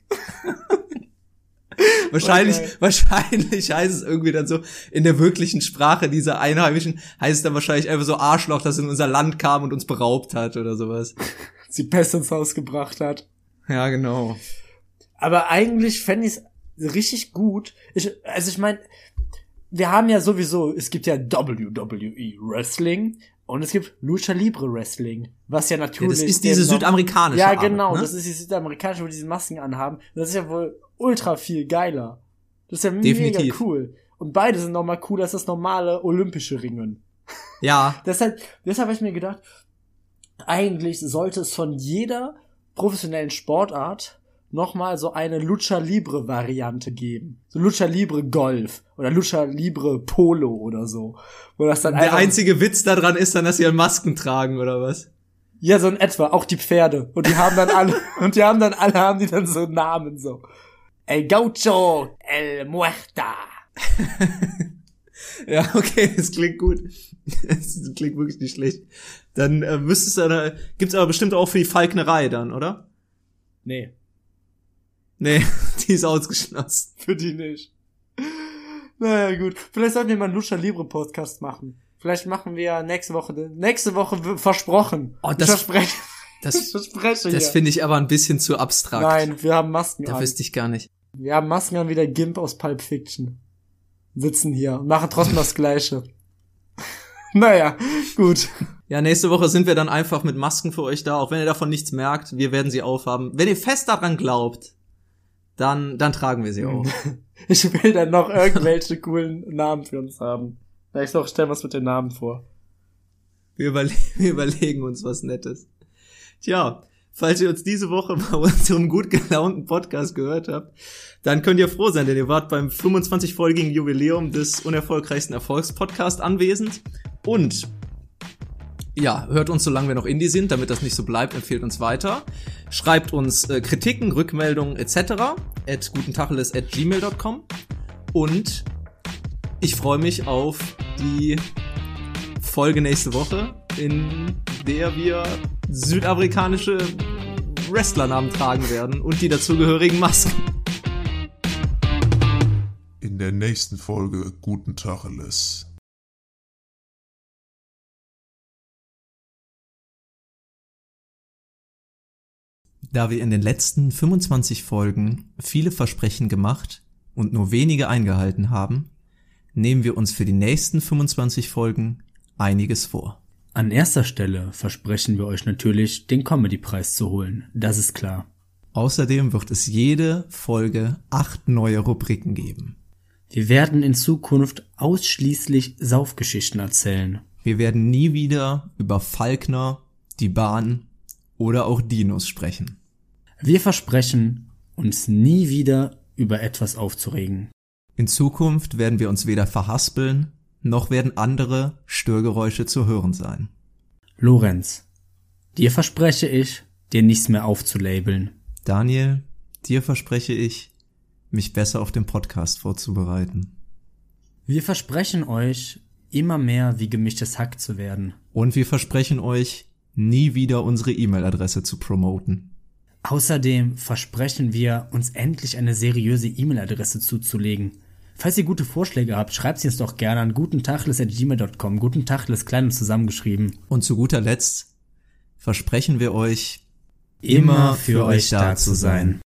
Wahrscheinlich heißt es irgendwie dann so, in der wirklichen Sprache dieser Einheimischen heißt es dann wahrscheinlich einfach so Arschloch, das in unser Land kam und uns beraubt hat oder sowas. Sie Pest ins Haus gebracht hat. Ja, genau. Aber eigentlich fände ich es richtig gut. Ich meine, wir haben ja sowieso, es gibt ja WWE Wrestling und es gibt Lucha Libre Wrestling, was ja natürlich... Ja, das ist diese südamerikanische Ja, genau, Art, ne? Das ist die südamerikanische, wo die diese Masken anhaben. Und das ist ja wohl ultra viel geiler. Das ist ja Definitiv. Mega cool. Und beide sind nochmal cooler als das normale olympische Ringen. Ja. Deshalb habe ich mir gedacht, eigentlich sollte es von jeder professionellen Sportart nochmal so eine Lucha Libre Variante geben. So Lucha Libre Golf oder Lucha Libre Polo oder so. Wo das dann der einzige Witz daran ist dann, dass sie Masken tragen oder was? Ja, so in etwa. Auch die Pferde. Und die haben dann alle, haben die dann so Namen so. El Gaucho, El Muerta. Ja, okay, es klingt gut. Es klingt wirklich nicht schlecht. Dann gibt's aber bestimmt auch für die Falknerei dann, oder? Nee, die ist ausgeschlossen. für die nicht. Naja, gut. Vielleicht sollten wir mal einen Lucha Libre Podcast machen. Vielleicht machen wir nächste Woche versprochen. Oh, ich verspreche. Das finde ich aber ein bisschen zu abstrakt. Nein, wir haben Masken an. Da wüsste ich gar nicht. Wir haben Masken an wie der Gimp aus Pulp Fiction. Sitzen hier und machen trotzdem das Gleiche. Naja, gut. Ja, nächste Woche sind wir dann einfach mit Masken für euch da, auch wenn ihr davon nichts merkt. Wir werden sie aufhaben. Wenn ihr fest daran glaubt, dann tragen wir sie auch. Ich will dann noch irgendwelche coolen Namen für uns haben. Vielleicht noch stellen wir uns mit den Namen vor. Wir überlegen uns was Nettes. Tja, falls ihr uns diese Woche bei unserem gut gelaunten Podcast gehört habt, dann könnt ihr froh sein, denn ihr wart beim 25-folgigen Jubiläum des unerfolgreichsten Erfolgspodcasts anwesend. Und ja, hört uns, solange wir noch Indie sind, damit das nicht so bleibt, empfehlt uns weiter. Schreibt uns Kritiken, Rückmeldungen etc. @gutentacheles@gmail.com. Und ich freue mich auf die Folge nächste Woche, in der wir südamerikanische Wrestlernamen tragen werden und die dazugehörigen Masken. In der nächsten Folge Guten Tacheles. Da wir in den letzten 25 Folgen viele Versprechen gemacht und nur wenige eingehalten haben, nehmen wir uns für die nächsten 25 Folgen einiges vor. An erster Stelle versprechen wir euch natürlich, den Comedy-Preis zu holen. Das ist klar. Außerdem wird es jede Folge 8 neue Rubriken geben. Wir werden in Zukunft ausschließlich Saufgeschichten erzählen. Wir werden nie wieder über Falkner, die Bahn oder auch Dinos sprechen. Wir versprechen, uns nie wieder über etwas aufzuregen. In Zukunft werden wir uns weder verhaspeln, noch werden andere Störgeräusche zu hören sein. Lorenz, dir verspreche ich, dir nichts mehr aufzulabeln. Daniel, dir verspreche ich, mich besser auf den Podcast vorzubereiten. Wir versprechen euch, immer mehr wie gemischtes Hack zu werden. Und wir versprechen euch, nie wieder unsere E-Mail-Adresse zu promoten. Außerdem versprechen wir, uns endlich eine seriöse E-Mail-Adresse zuzulegen. Falls ihr gute Vorschläge habt, schreibt sie uns doch gerne an gutentachles@gmail.com. Gutentachles klein und zusammengeschrieben. Und zu guter Letzt versprechen wir euch, immer für euch da zu sein.